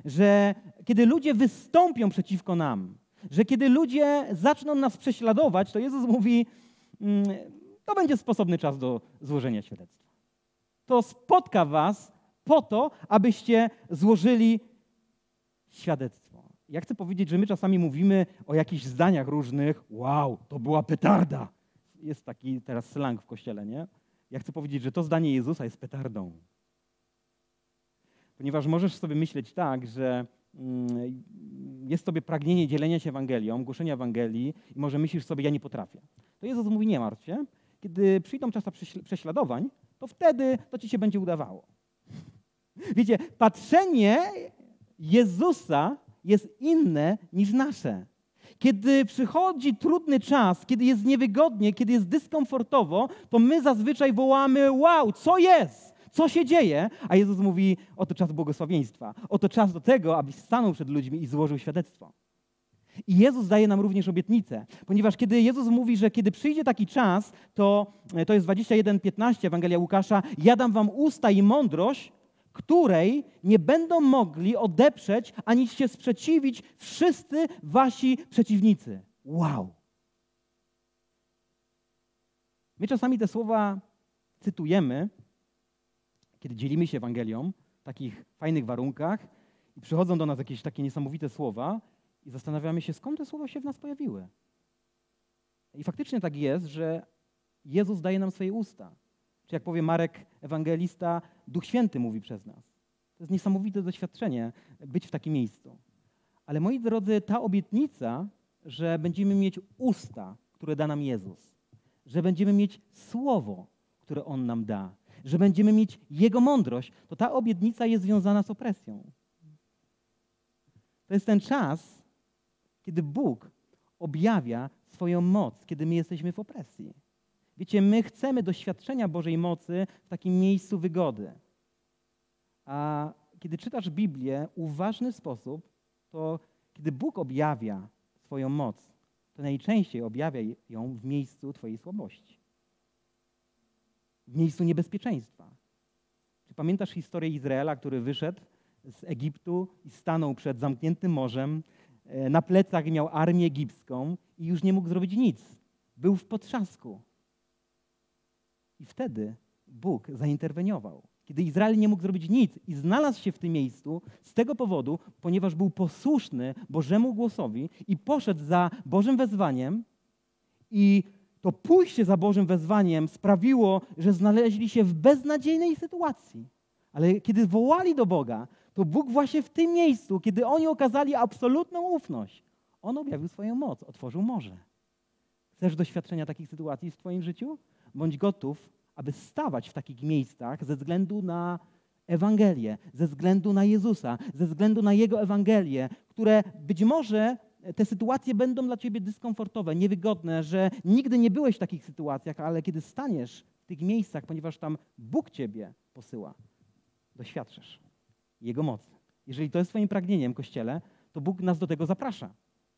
że kiedy ludzie wystąpią przeciwko nam, że kiedy ludzie zaczną nas prześladować, to Jezus mówi, to będzie sposobny czas do złożenia świadectwa. To spotka was po to, abyście złożyli świadectwo. Ja chcę powiedzieć, że my czasami mówimy o jakichś zdaniach różnych. Wow, to była petarda. Jest taki teraz slang w kościele, nie? Ja chcę powiedzieć, że to zdanie Jezusa jest petardą. Ponieważ możesz sobie myśleć tak, że jest sobie pragnienie dzielenia się Ewangelią, głoszenia Ewangelii i może myślisz sobie, ja nie potrafię. To Jezus mówi, nie martw się. Kiedy przyjdą czasy prześladowań, to wtedy to ci się będzie udawało. Wiecie, patrzenie Jezusa jest inne niż nasze. Kiedy przychodzi trudny czas, kiedy jest niewygodnie, kiedy jest dyskomfortowo, to my zazwyczaj wołamy, wow, co jest? Co się dzieje? A Jezus mówi, oto czas błogosławieństwa. Oto czas do tego, abyś stanął przed ludźmi i złożył świadectwo. I Jezus daje nam również obietnicę, ponieważ kiedy Jezus mówi, że kiedy przyjdzie taki czas, to jest 21:15 Ewangelia Łukasza, ja dam wam usta i mądrość, której nie będą mogli odeprzeć ani się sprzeciwić wszyscy wasi przeciwnicy. Wow! My czasami te słowa cytujemy, kiedy dzielimy się Ewangelią w takich fajnych warunkach i przychodzą do nas jakieś takie niesamowite słowa i zastanawiamy się, skąd te słowa się w nas pojawiły. I faktycznie tak jest, że Jezus daje nam swoje usta. Czy jak powie Marek Ewangelista, Duch Święty mówi przez nas. To jest niesamowite doświadczenie być w takim miejscu. Ale moi drodzy, ta obietnica, że będziemy mieć usta, które da nam Jezus, że będziemy mieć słowo, które On nam da, że będziemy mieć Jego mądrość, to ta obietnica jest związana z opresją. To jest ten czas, kiedy Bóg objawia swoją moc, kiedy my jesteśmy w opresji. Wiecie, my chcemy doświadczenia Bożej mocy w takim miejscu wygody. A kiedy czytasz Biblię w uważny sposób, to kiedy Bóg objawia swoją moc, to najczęściej objawia ją w miejscu twojej słabości. W miejscu niebezpieczeństwa. Czy pamiętasz historię Izraela, który wyszedł z Egiptu i stanął przed zamkniętym morzem, na plecach miał armię egipską i już nie mógł zrobić nic. Był w potrzasku. I wtedy Bóg zainterweniował. Kiedy Izrael nie mógł zrobić nic i znalazł się w tym miejscu z tego powodu, ponieważ był posłuszny Bożemu głosowi i poszedł za Bożym wezwaniem i to pójście za Bożym wezwaniem sprawiło, że znaleźli się w beznadziejnej sytuacji. Ale kiedy wołali do Boga, to Bóg właśnie w tym miejscu, kiedy oni okazali absolutną ufność, On objawił swoją moc, otworzył morze. Chcesz doświadczenia takich sytuacji w twoim życiu? Bądź gotów, aby stawać w takich miejscach ze względu na Ewangelię, ze względu na Jezusa, ze względu na Jego Ewangelię, które być może te sytuacje będą dla ciebie dyskomfortowe, niewygodne, że nigdy nie byłeś w takich sytuacjach, ale kiedy staniesz w tych miejscach, ponieważ tam Bóg ciebie posyła, doświadczysz Jego mocy. Jeżeli to jest twoim pragnieniem, Kościele, to Bóg nas do tego zaprasza.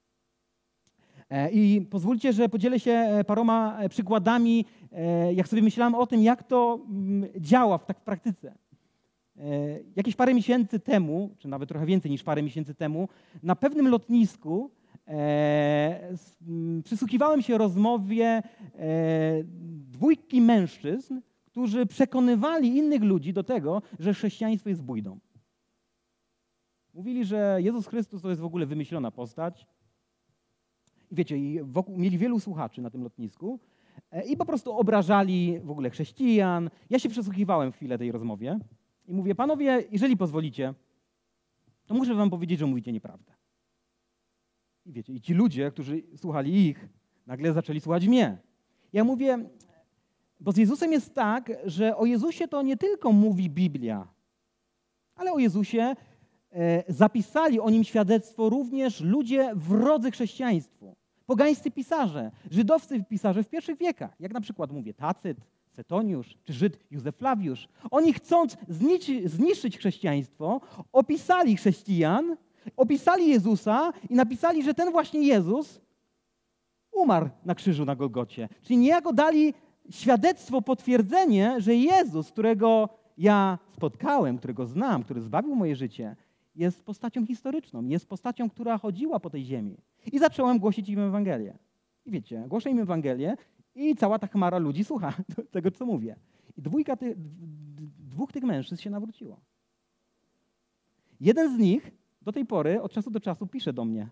I pozwólcie, że podzielę się paroma przykładami, jak sobie myślałem o tym, jak to działa w praktyce. Jakieś parę miesięcy temu, czy nawet trochę więcej niż parę miesięcy temu, na pewnym lotnisku przysłuchiwałem się rozmowie dwójki mężczyzn, którzy przekonywali innych ludzi do tego, że chrześcijaństwo jest bójdą. Mówili, że Jezus Chrystus to jest w ogóle wymyślona postać. I wiecie, mieli wielu słuchaczy na tym lotnisku i po prostu obrażali w ogóle chrześcijan. Ja się przysłuchiwałem chwilę tej rozmowie i mówię, panowie, jeżeli pozwolicie, to muszę wam powiedzieć, że mówicie nieprawdę. I wiecie, i ci ludzie, którzy słuchali ich, nagle zaczęli słuchać mnie. Ja mówię, bo z Jezusem jest tak, że o Jezusie to nie tylko mówi Biblia, ale o Jezusie zapisali o Nim świadectwo również ludzie wrodzy chrześcijaństwu. Pogańscy pisarze, żydowscy pisarze w pierwszych wiekach, jak na przykład mówię Tacyt, Setoniusz czy Żyd Józef Flawiusz. Oni chcąc zniszczyć chrześcijaństwo, opisali chrześcijan, opisali Jezusa i napisali, że ten właśnie Jezus umarł na krzyżu na Golgocie. Czyli niejako dali świadectwo, potwierdzenie, że Jezus, którego ja spotkałem, którego znam, który zbawił moje życie, jest postacią historyczną, jest postacią, która chodziła po tej ziemi. I zacząłem głosić im Ewangelię. I wiecie, głoszę im Ewangelię i cała ta chmara ludzi słucha tego, co mówię. I dwóch tych mężczyzn się nawróciło. Jeden z nich do tej pory, od czasu do czasu pisze do mnie.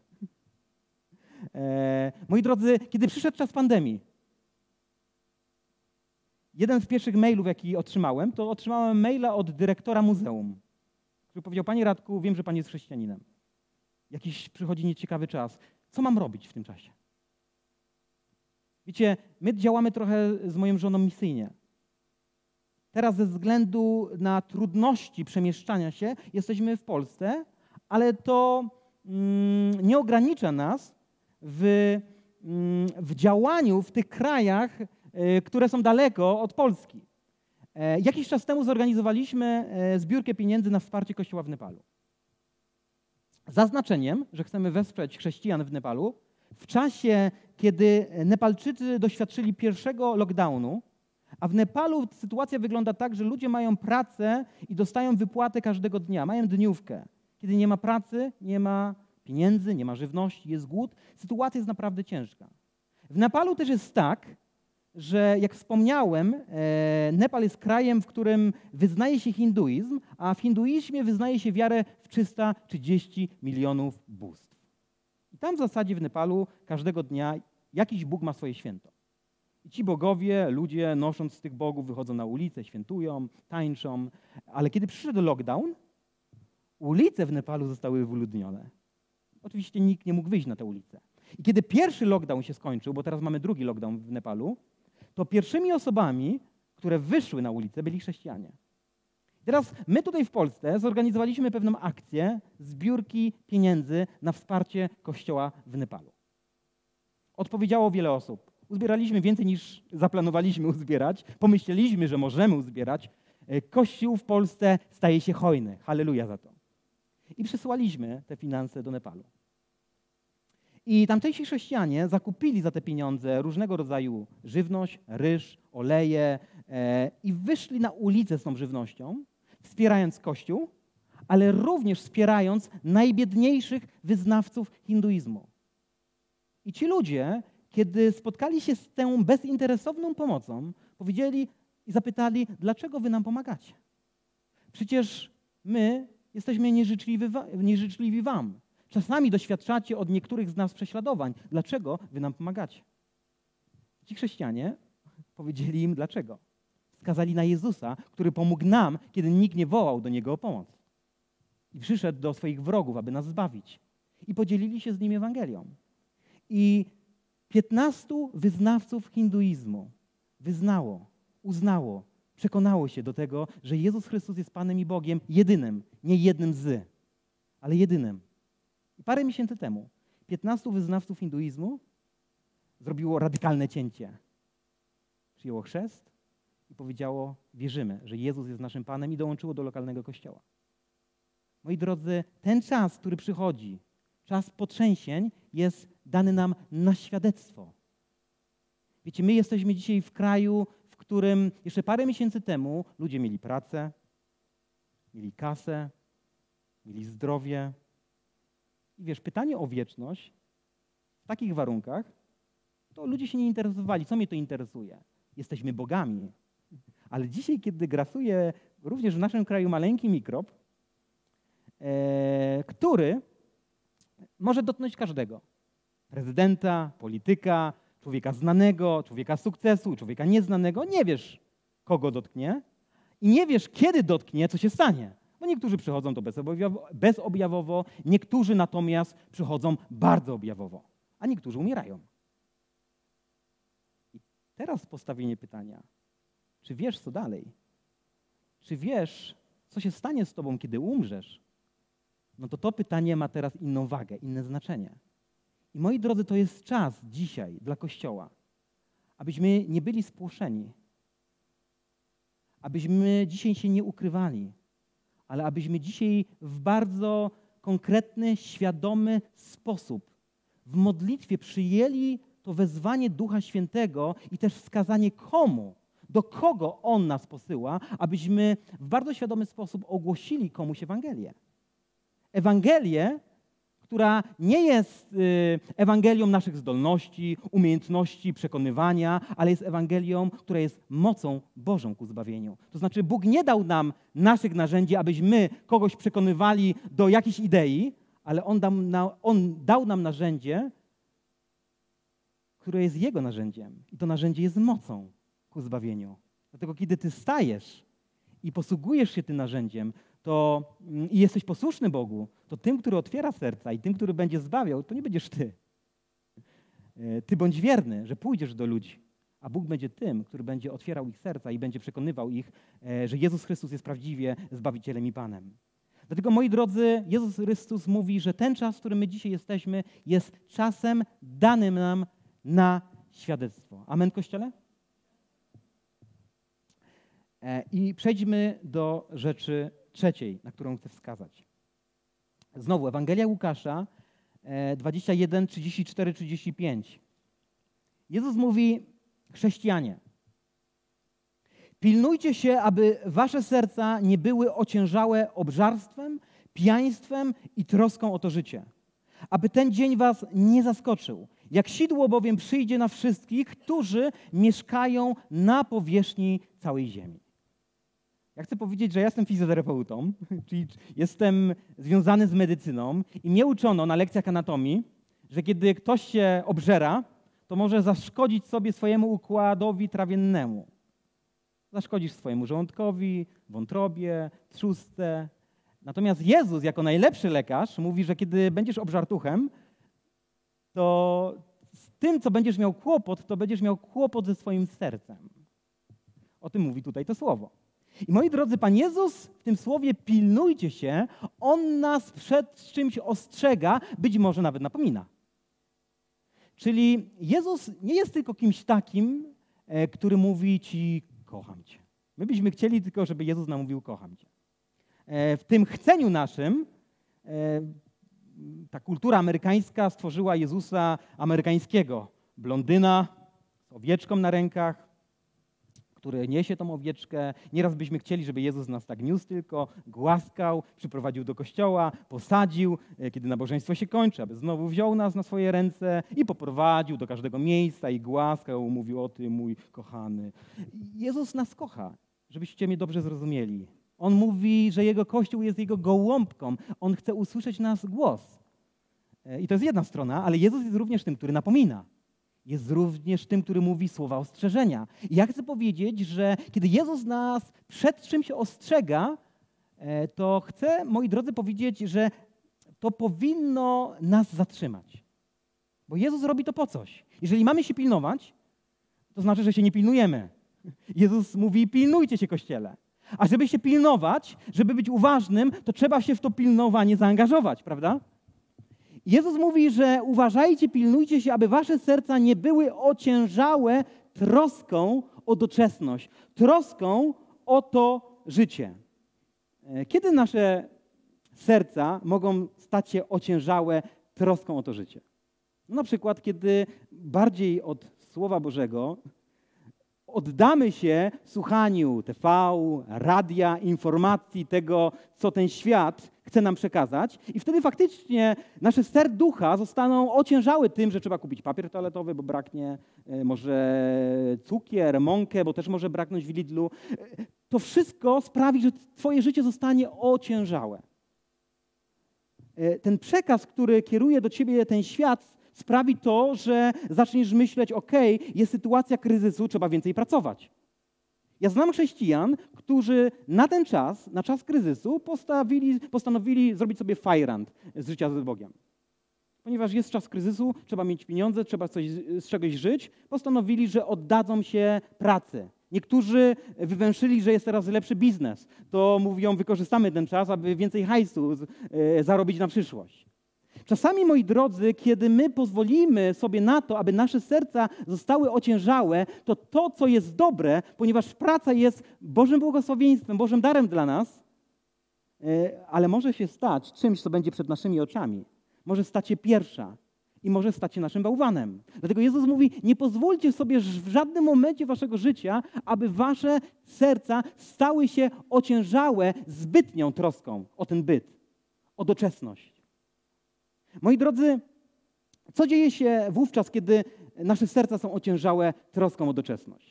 Moi drodzy, kiedy przyszedł czas pandemii, jeden z pierwszych mailów, jaki otrzymałem, to otrzymałem maila od dyrektora muzeum, który powiedział: Panie Radku, wiem, że Pan jest chrześcijaninem. Jakiś przychodzi nieciekawy czas. Co mam robić w tym czasie? Wiecie, my działamy trochę z moją żoną misyjnie. Teraz ze względu na trudności przemieszczania się jesteśmy w Polsce, ale to nie ogranicza nas w działaniu w tych krajach, które są daleko od Polski. Jakiś czas temu zorganizowaliśmy zbiórkę pieniędzy na wsparcie Kościoła w Nepalu. Zaznaczeniem, że chcemy wesprzeć chrześcijan w Nepalu, w czasie, kiedy Nepalczycy doświadczyli pierwszego lockdownu, a w Nepalu sytuacja wygląda tak, że ludzie mają pracę i dostają wypłatę każdego dnia, mają dniówkę. Kiedy nie ma pracy, nie ma pieniędzy, nie ma żywności, jest głód, sytuacja jest naprawdę ciężka. W Nepalu też jest tak, że jak wspomniałem, Nepal jest krajem, w którym wyznaje się hinduizm, a w hinduizmie wyznaje się wiarę w 330 milionów bóstw. I tam w zasadzie w Nepalu każdego dnia jakiś Bóg ma swoje święto. I ci bogowie, ludzie nosząc z tych bogów wychodzą na ulicę, świętują, tańczą. Ale kiedy przyszedł lockdown, ulice w Nepalu zostały wyludnione. Oczywiście nikt nie mógł wyjść na te ulice. I kiedy pierwszy lockdown się skończył, bo teraz mamy drugi lockdown w Nepalu, to pierwszymi osobami, które wyszły na ulicę, byli chrześcijanie. Teraz my tutaj w Polsce zorganizowaliśmy pewną akcję zbiórki pieniędzy na wsparcie Kościoła w Nepalu. Odpowiedziało wiele osób. Uzbieraliśmy więcej niż zaplanowaliśmy uzbierać. Pomyśleliśmy, że możemy uzbierać. Kościół w Polsce staje się hojny. Halleluja za to. I przysłaliśmy te finanse do Nepalu. I tamtejsi chrześcijanie zakupili za te pieniądze różnego rodzaju żywność, ryż, oleje i wyszli na ulicę z tą żywnością, wspierając Kościół, ale również wspierając najbiedniejszych wyznawców hinduizmu. I ci ludzie, kiedy spotkali się z tą bezinteresowną pomocą, powiedzieli i zapytali, dlaczego wy nam pomagacie? Przecież my jesteśmy nieżyczliwi wam. Czasami doświadczacie od niektórych z nas prześladowań. Dlaczego wy nam pomagacie? Ci chrześcijanie powiedzieli im dlaczego. Wskazali na Jezusa, który pomógł nam, kiedy nikt nie wołał do Niego o pomoc. I przyszedł do swoich wrogów, aby nas zbawić. I podzielili się z nim Ewangelią. I 15 wyznawców hinduizmu uznało, przekonało się do tego, że Jezus Chrystus jest Panem i Bogiem jedynym, nie jednym z, ale jedynym. I parę miesięcy temu 15 wyznawców hinduizmu zrobiło radykalne cięcie. Przyjęło chrzest i powiedziało, wierzymy, że Jezus jest naszym Panem i dołączyło do lokalnego kościoła. Moi drodzy, ten czas, który przychodzi, czas potrzęsień, jest dany nam na świadectwo. Wiecie, my jesteśmy dzisiaj w kraju, w którym jeszcze parę miesięcy temu ludzie mieli pracę, mieli kasę, mieli zdrowie. I wiesz, pytanie o wieczność w takich warunkach, to ludzie się nie interesowali. Co mnie to interesuje? Jesteśmy bogami. Ale dzisiaj, kiedy grasuje również w naszym kraju maleńki mikrob, który może dotknąć każdego. Prezydenta, polityka, człowieka znanego, człowieka sukcesu, człowieka nieznanego. Nie wiesz, kogo dotknie i nie wiesz, kiedy dotknie, co się stanie. Bo niektórzy przychodzą to bezobjawowo, niektórzy natomiast przychodzą bardzo objawowo, a niektórzy umierają. I teraz postawienie pytania, czy wiesz, co dalej? Czy wiesz, co się stanie z tobą, kiedy umrzesz? No to pytanie ma teraz inną wagę, inne znaczenie. I moi drodzy, to jest czas dzisiaj dla Kościoła, abyśmy nie byli spłoszeni, abyśmy dzisiaj się nie ukrywali, ale abyśmy dzisiaj w bardzo konkretny, świadomy sposób w modlitwie przyjęli to wezwanie Ducha Świętego i też wskazanie komu, do kogo On nas posyła, abyśmy w bardzo świadomy sposób ogłosili komuś Ewangelię. Ewangelię, która nie jest Ewangelią naszych zdolności, umiejętności, przekonywania, ale jest Ewangelią, która jest mocą Bożą ku zbawieniu. To znaczy Bóg nie dał nam naszych narzędzi, abyśmy kogoś przekonywali do jakiejś idei, ale On dał nam narzędzie, które jest Jego narzędziem. I to narzędzie jest mocą ku zbawieniu. Dlatego kiedy ty stajesz i posługujesz się tym narzędziem, i jesteś posłuszny Bogu, to tym, który otwiera serca i tym, który będzie zbawiał, to nie będziesz ty. Ty bądź wierny, że pójdziesz do ludzi, a Bóg będzie tym, który będzie otwierał ich serca i będzie przekonywał ich, że Jezus Chrystus jest prawdziwie Zbawicielem i Panem. Dlatego, moi drodzy, Jezus Chrystus mówi, że ten czas, w którym my dzisiaj jesteśmy, jest czasem danym nam na świadectwo. Amen, Kościele? I przejdźmy do rzeczy trzeciej, na którą chcę wskazać. Znowu, Ewangelia Łukasza 21, 34, 35. Jezus mówi: chrześcijanie, pilnujcie się, aby wasze serca nie były ociężałe obżarstwem, pijaństwem i troską o to życie. Aby ten dzień was nie zaskoczył. Jak sidło bowiem przyjdzie na wszystkich, którzy mieszkają na powierzchni całej ziemi. Ja chcę powiedzieć, że ja jestem fizjoterapeutą, czyli jestem związany z medycyną i mnie uczono na lekcjach anatomii, że kiedy ktoś się obżera, to może zaszkodzić sobie swojemu układowi trawiennemu. Zaszkodzisz swojemu żołądkowi, wątrobie, trzustce. Natomiast Jezus jako najlepszy lekarz mówi, że kiedy będziesz obżartuchem, to z tym, co będziesz miał kłopot, to będziesz miał kłopot ze swoim sercem. O tym mówi tutaj to słowo. I moi drodzy, Pan Jezus w tym słowie pilnujcie się, On nas przed czymś ostrzega, być może nawet napomina. Czyli Jezus nie jest tylko kimś takim, który mówi ci kocham cię. My byśmy chcieli tylko, żeby Jezus nam mówił kocham cię. W tym chceniu naszym ta kultura amerykańska stworzyła Jezusa amerykańskiego. Blondyna z owieczką na rękach, który niesie tą owieczkę. Nieraz byśmy chcieli, żeby Jezus nas tak niósł tylko, głaskał, przyprowadził do kościoła, posadził, kiedy nabożeństwo się kończy, aby znowu wziął nas na swoje ręce i poprowadził do każdego miejsca i głaskał, mówił: o ty mój kochany. Jezus nas kocha, żebyście mnie dobrze zrozumieli. On mówi, że Jego Kościół jest Jego gołąbką. On chce usłyszeć nas głos. I to jest jedna strona, ale Jezus jest również tym, który napomina. Jest również tym, który mówi słowa ostrzeżenia. I ja chcę powiedzieć, że kiedy Jezus nas przed czymś ostrzega, to chcę, moi drodzy, powiedzieć, że to powinno nas zatrzymać. Bo Jezus robi to po coś. Jeżeli mamy się pilnować, to znaczy, że się nie pilnujemy. Jezus mówi: pilnujcie się, Kościele. A żeby się pilnować, żeby być uważnym, to trzeba się w to pilnowanie zaangażować, prawda? Jezus mówi, że uważajcie, pilnujcie się, aby wasze serca nie były ociężałe troską o doczesność, troską o to życie. Kiedy nasze serca mogą stać się ociężałe troską o to życie? No, na przykład, kiedy bardziej od Słowa Bożego oddamy się słuchaniu TV, radia, informacji, tego, co ten świat chce nam przekazać, i wtedy faktycznie nasze serducha zostaną ociężałe tym, że trzeba kupić papier toaletowy, bo braknie, może cukier, mąkę, bo też może braknąć w Lidlu. To wszystko sprawi, że twoje życie zostanie ociężałe. Ten przekaz, który kieruje do ciebie ten świat, sprawi to, że zaczniesz myśleć: jest sytuacja kryzysu, trzeba więcej pracować. Ja znam chrześcijan, którzy na ten czas, na czas kryzysu postanowili zrobić sobie fajrant z życia z Bogiem. Ponieważ jest czas kryzysu, trzeba mieć pieniądze, trzeba z czegoś żyć, postanowili, że oddadzą się pracy. Niektórzy wywęszyli, że jest teraz lepszy biznes. To mówią: wykorzystamy ten czas, aby więcej hajsu zarobić na przyszłość. Czasami, moi drodzy, kiedy my pozwolimy sobie na to, aby nasze serca zostały ociężałe, to, co jest dobre, ponieważ praca jest Bożym błogosławieństwem, Bożym darem dla nas, ale może się stać czymś, co będzie przed naszymi oczami. Może stać się pierwsza i może stać się naszym bałwanem. Dlatego Jezus mówi: nie pozwólcie sobie w żadnym momencie waszego życia, aby wasze serca stały się ociężałe zbytnią troską o ten byt, o doczesność. Moi drodzy, co dzieje się wówczas, kiedy nasze serca są ociężałe troską o doczesność?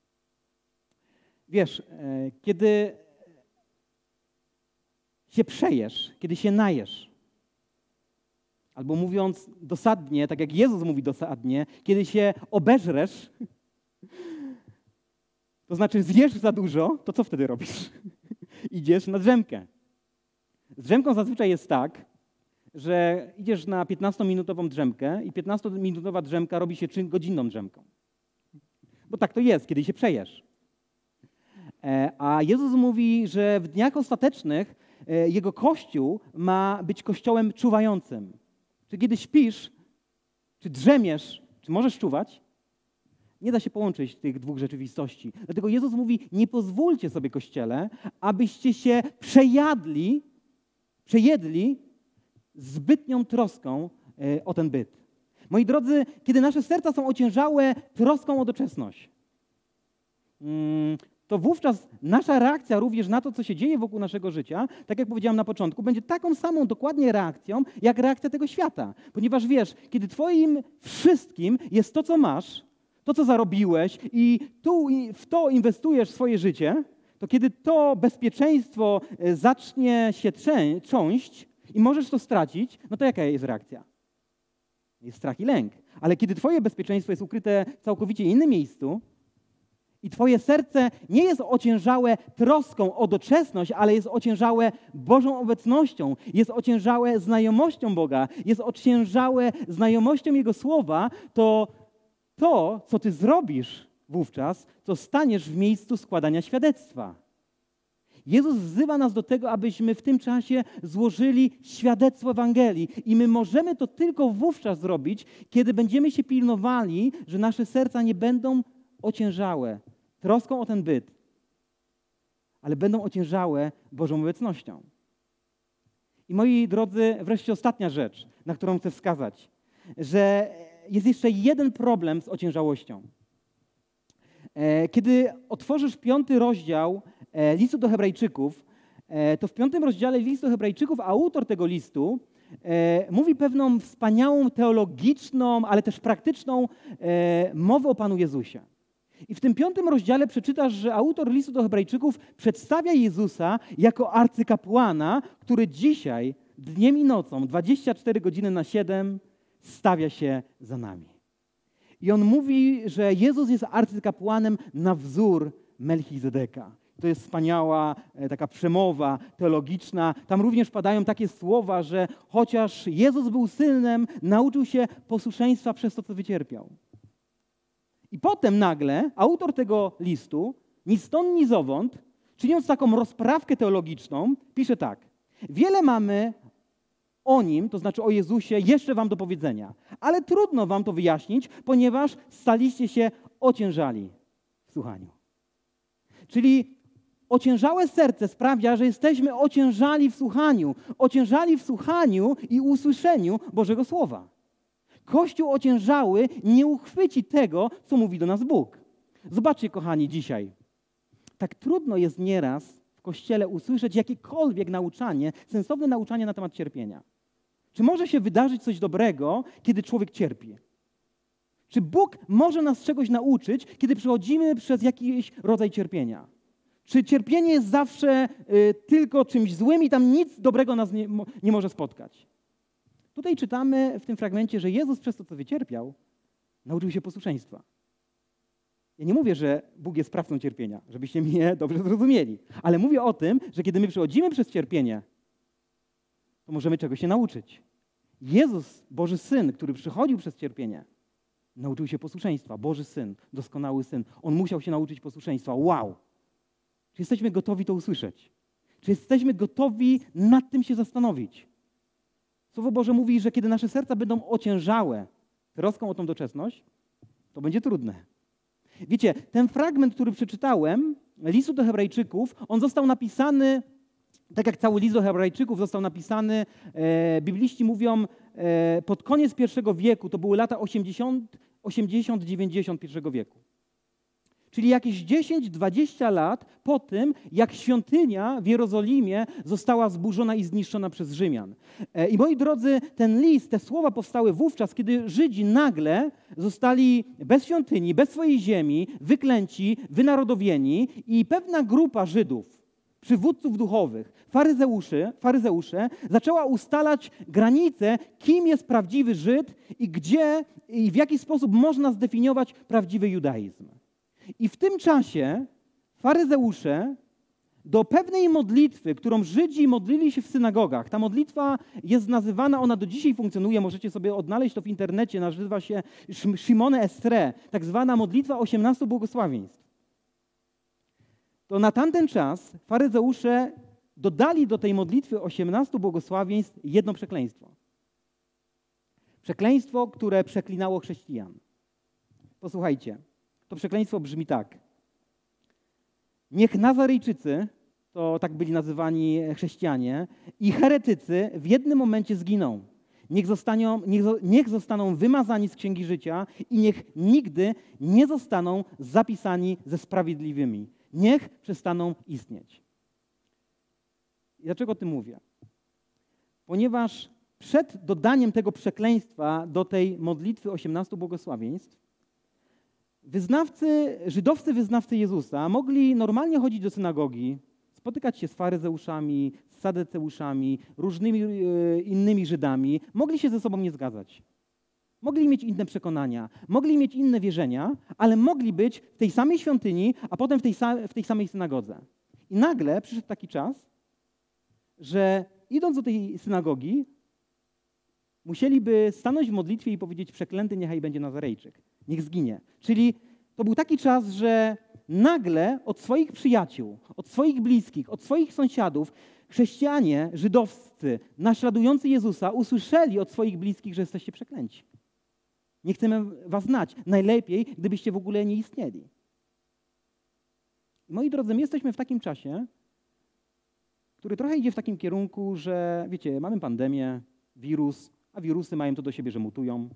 Wiesz, kiedy się przejesz, kiedy się najesz, albo mówiąc dosadnie, tak jak Jezus mówi dosadnie, kiedy się obeżresz, to znaczy zjesz za dużo, to co wtedy robisz? Idziesz na drzemkę. Z drzemką zazwyczaj jest tak, że idziesz na 15-minutową drzemkę i 15-minutowa drzemka robi się godzinną drzemką. Bo tak to jest, kiedy się przejesz. A Jezus mówi, że w dniach ostatecznych Jego Kościół ma być Kościołem czuwającym. Czy kiedy śpisz, czy drzemiesz, czy możesz czuwać, nie da się połączyć tych dwóch rzeczywistości. Dlatego Jezus mówi, nie pozwólcie sobie, Kościele, abyście się przejedli zbytnią troską o ten byt. Moi drodzy, kiedy nasze serca są ociężałe troską o doczesność, to wówczas nasza reakcja również na to, co się dzieje wokół naszego życia, tak jak powiedziałam na początku, będzie taką samą dokładnie reakcją, jak reakcja tego świata. Ponieważ wiesz, kiedy twoim wszystkim jest to, co masz, to, co zarobiłeś i w to inwestujesz swoje życie, to kiedy to bezpieczeństwo zacznie się trząść i możesz to stracić, no to jaka jest reakcja? Jest strach i lęk. Ale kiedy twoje bezpieczeństwo jest ukryte w całkowicie innym miejscu i twoje serce nie jest ociężałe troską o doczesność, ale jest ociężałe Bożą obecnością, jest ociężałe znajomością Boga, jest ociężałe znajomością Jego Słowa, to, co ty zrobisz wówczas, to staniesz w miejscu składania świadectwa. Jezus wzywa nas do tego, abyśmy w tym czasie złożyli świadectwo Ewangelii. I my możemy to tylko wówczas zrobić, kiedy będziemy się pilnowali, że nasze serca nie będą ociężałe troską o ten byt, ale będą ociężałe Bożą obecnością. I moi drodzy, wreszcie ostatnia rzecz, na którą chcę wskazać, że jest jeszcze jeden problem z ociężałością. Kiedy otworzysz 5 rozdział listu do Hebrajczyków, to w 5 rozdziale listu do Hebrajczyków autor tego listu mówi pewną wspaniałą, teologiczną, ale też praktyczną mowę o Panu Jezusie. I w tym 5 rozdziale przeczytasz, że autor listu do Hebrajczyków przedstawia Jezusa jako arcykapłana, który dzisiaj, dniem i nocą, 24 godziny na 7, stawia się za nami. I on mówi, że Jezus jest arcykapłanem na wzór Melchizedeka. To jest wspaniała taka przemowa teologiczna. Tam również padają takie słowa, że chociaż Jezus był synem, nauczył się posłuszeństwa przez to, co wycierpiał. I potem nagle autor tego listu, ni stąd, ni zowąd, czyniąc taką rozprawkę teologiczną, pisze tak. Wiele mamy o Nim, to znaczy o Jezusie, jeszcze wam do powiedzenia. Ale trudno wam to wyjaśnić, ponieważ staliście się ociężali w słuchaniu. Czyli ociężałe serce sprawia, że jesteśmy ociężali w słuchaniu i usłyszeniu Bożego Słowa. Kościół ociężały nie uchwyci tego, co mówi do nas Bóg. Zobaczcie, kochani, dzisiaj. Tak trudno jest nieraz w Kościele usłyszeć jakiekolwiek nauczanie, sensowne nauczanie na temat cierpienia. Czy może się wydarzyć coś dobrego, kiedy człowiek cierpi? Czy Bóg może nas czegoś nauczyć, kiedy przechodzimy przez jakiś rodzaj cierpienia? Czy cierpienie jest zawsze tylko czymś złym i tam nic dobrego nas nie może spotkać? Tutaj czytamy w tym fragmencie, że Jezus przez to, co wycierpiał, nauczył się posłuszeństwa. Ja nie mówię, że Bóg jest sprawcą cierpienia, żebyście mnie dobrze zrozumieli, ale mówię o tym, że kiedy my przechodzimy przez cierpienie, to możemy czegoś się nauczyć. Jezus, Boży Syn, który przychodził przez cierpienie, nauczył się posłuszeństwa. Boży Syn, doskonały Syn. On musiał się nauczyć posłuszeństwa. Wow! Czy jesteśmy gotowi to usłyszeć? Czy jesteśmy gotowi nad tym się zastanowić? Słowo Boże mówi, że kiedy nasze serca będą ociężałe troską o tą doczesność, to będzie trudne. Wiecie, ten fragment, który przeczytałem, listu do Hebrajczyków, on został napisany, tak jak cały list do Hebrajczyków został napisany, bibliści mówią, pod koniec I wieku, to były lata 80-90 I wieku. Czyli jakieś 10-20 lat po tym, jak świątynia w Jerozolimie została zburzona i zniszczona przez Rzymian. I moi drodzy, ten list, te słowa powstały wówczas, kiedy Żydzi nagle zostali bez świątyni, bez swojej ziemi, wyklęci, wynarodowieni i pewna grupa Żydów, przywódców duchowych, faryzeusze, zaczęła ustalać granice, kim jest prawdziwy Żyd i gdzie i w jaki sposób można zdefiniować prawdziwy judaizm. I w tym czasie faryzeusze do pewnej modlitwy, którą Żydzi modlili się w synagogach, ta modlitwa jest nazywana, ona do dzisiaj funkcjonuje, możecie sobie odnaleźć to w internecie, nazywa się Shimone Estre, tak zwana modlitwa 18 błogosławieństw. To na tamten czas faryzeusze dodali do tej modlitwy 18 błogosławieństw jedno przekleństwo. Przekleństwo, które przeklinało chrześcijan. Posłuchajcie, to przekleństwo brzmi tak. Niech Nazarejczycy, to tak byli nazywani chrześcijanie, i heretycy w jednym momencie zginą. Niech zostaną wymazani z Księgi Życia i niech nigdy nie zostaną zapisani ze sprawiedliwymi. Niech przestaną istnieć. I dlaczego o tym mówię? Ponieważ przed dodaniem tego przekleństwa do tej modlitwy 18 błogosławieństw żydowscy wyznawcy Jezusa mogli normalnie chodzić do synagogi, spotykać się z faryzeuszami, z sadeceuszami, różnymi innymi Żydami, mogli się ze sobą nie zgadzać. Mogli mieć inne przekonania, mogli mieć inne wierzenia, ale mogli być w tej samej świątyni, a potem w tej samej synagodze. I nagle przyszedł taki czas, że idąc do tej synagogi, musieliby stanąć w modlitwie i powiedzieć: przeklęty niechaj będzie Nazarejczyk, niech zginie. Czyli to był taki czas, że nagle od swoich przyjaciół, od swoich bliskich, od swoich sąsiadów chrześcijanie, żydowscy, naśladujący Jezusa usłyszeli od swoich bliskich, że jesteście przeklęci. Nie chcemy was znać. Najlepiej, gdybyście w ogóle nie istnieli. Moi drodzy, my jesteśmy w takim czasie, który trochę idzie w takim kierunku, że wiecie, mamy pandemię, wirus, a wirusy mają to do siebie, że mutują.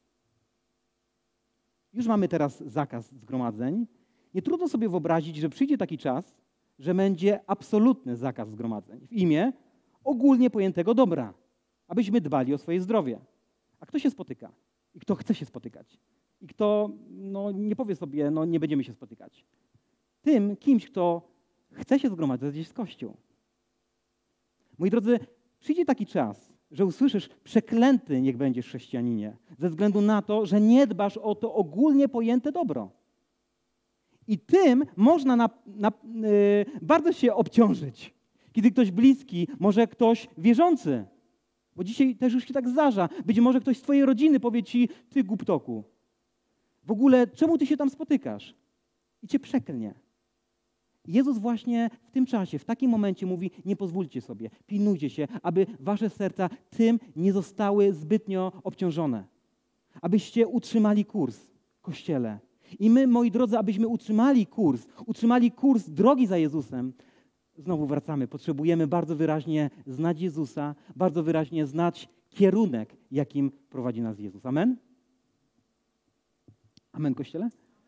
Już mamy teraz zakaz zgromadzeń. Nie trudno sobie wyobrazić, że przyjdzie taki czas, że będzie absolutny zakaz zgromadzeń w imię ogólnie pojętego dobra, abyśmy dbali o swoje zdrowie. A kto się spotyka? I kto chce się spotykać? I kto nie powie sobie, nie będziemy się spotykać? Tym kimś, kto chce się zgromadzać, jest Kościół. Moi drodzy, przyjdzie taki czas, że usłyszysz: przeklęty niech będziesz chrześcijaninie, ze względu na to, że nie dbasz o to ogólnie pojęte dobro. I tym można bardzo się obciążyć, kiedy ktoś bliski, może ktoś wierzący, bo dzisiaj też już się tak zdarza, być może ktoś z twojej rodziny powie ci: ty głuptoku, w ogóle czemu ty się tam spotykasz? I cię przeklnie. Jezus właśnie w tym czasie, w takim momencie mówi: nie pozwólcie sobie, pilnujcie się, aby wasze serca tym nie zostały zbytnio obciążone. Abyście utrzymali kurs, Kościele. I my, moi drodzy, abyśmy utrzymali kurs drogi za Jezusem, znowu wracamy, potrzebujemy bardzo wyraźnie znać Jezusa, bardzo wyraźnie znać kierunek, jakim prowadzi nas Jezus. Amen? Amen, Kościele?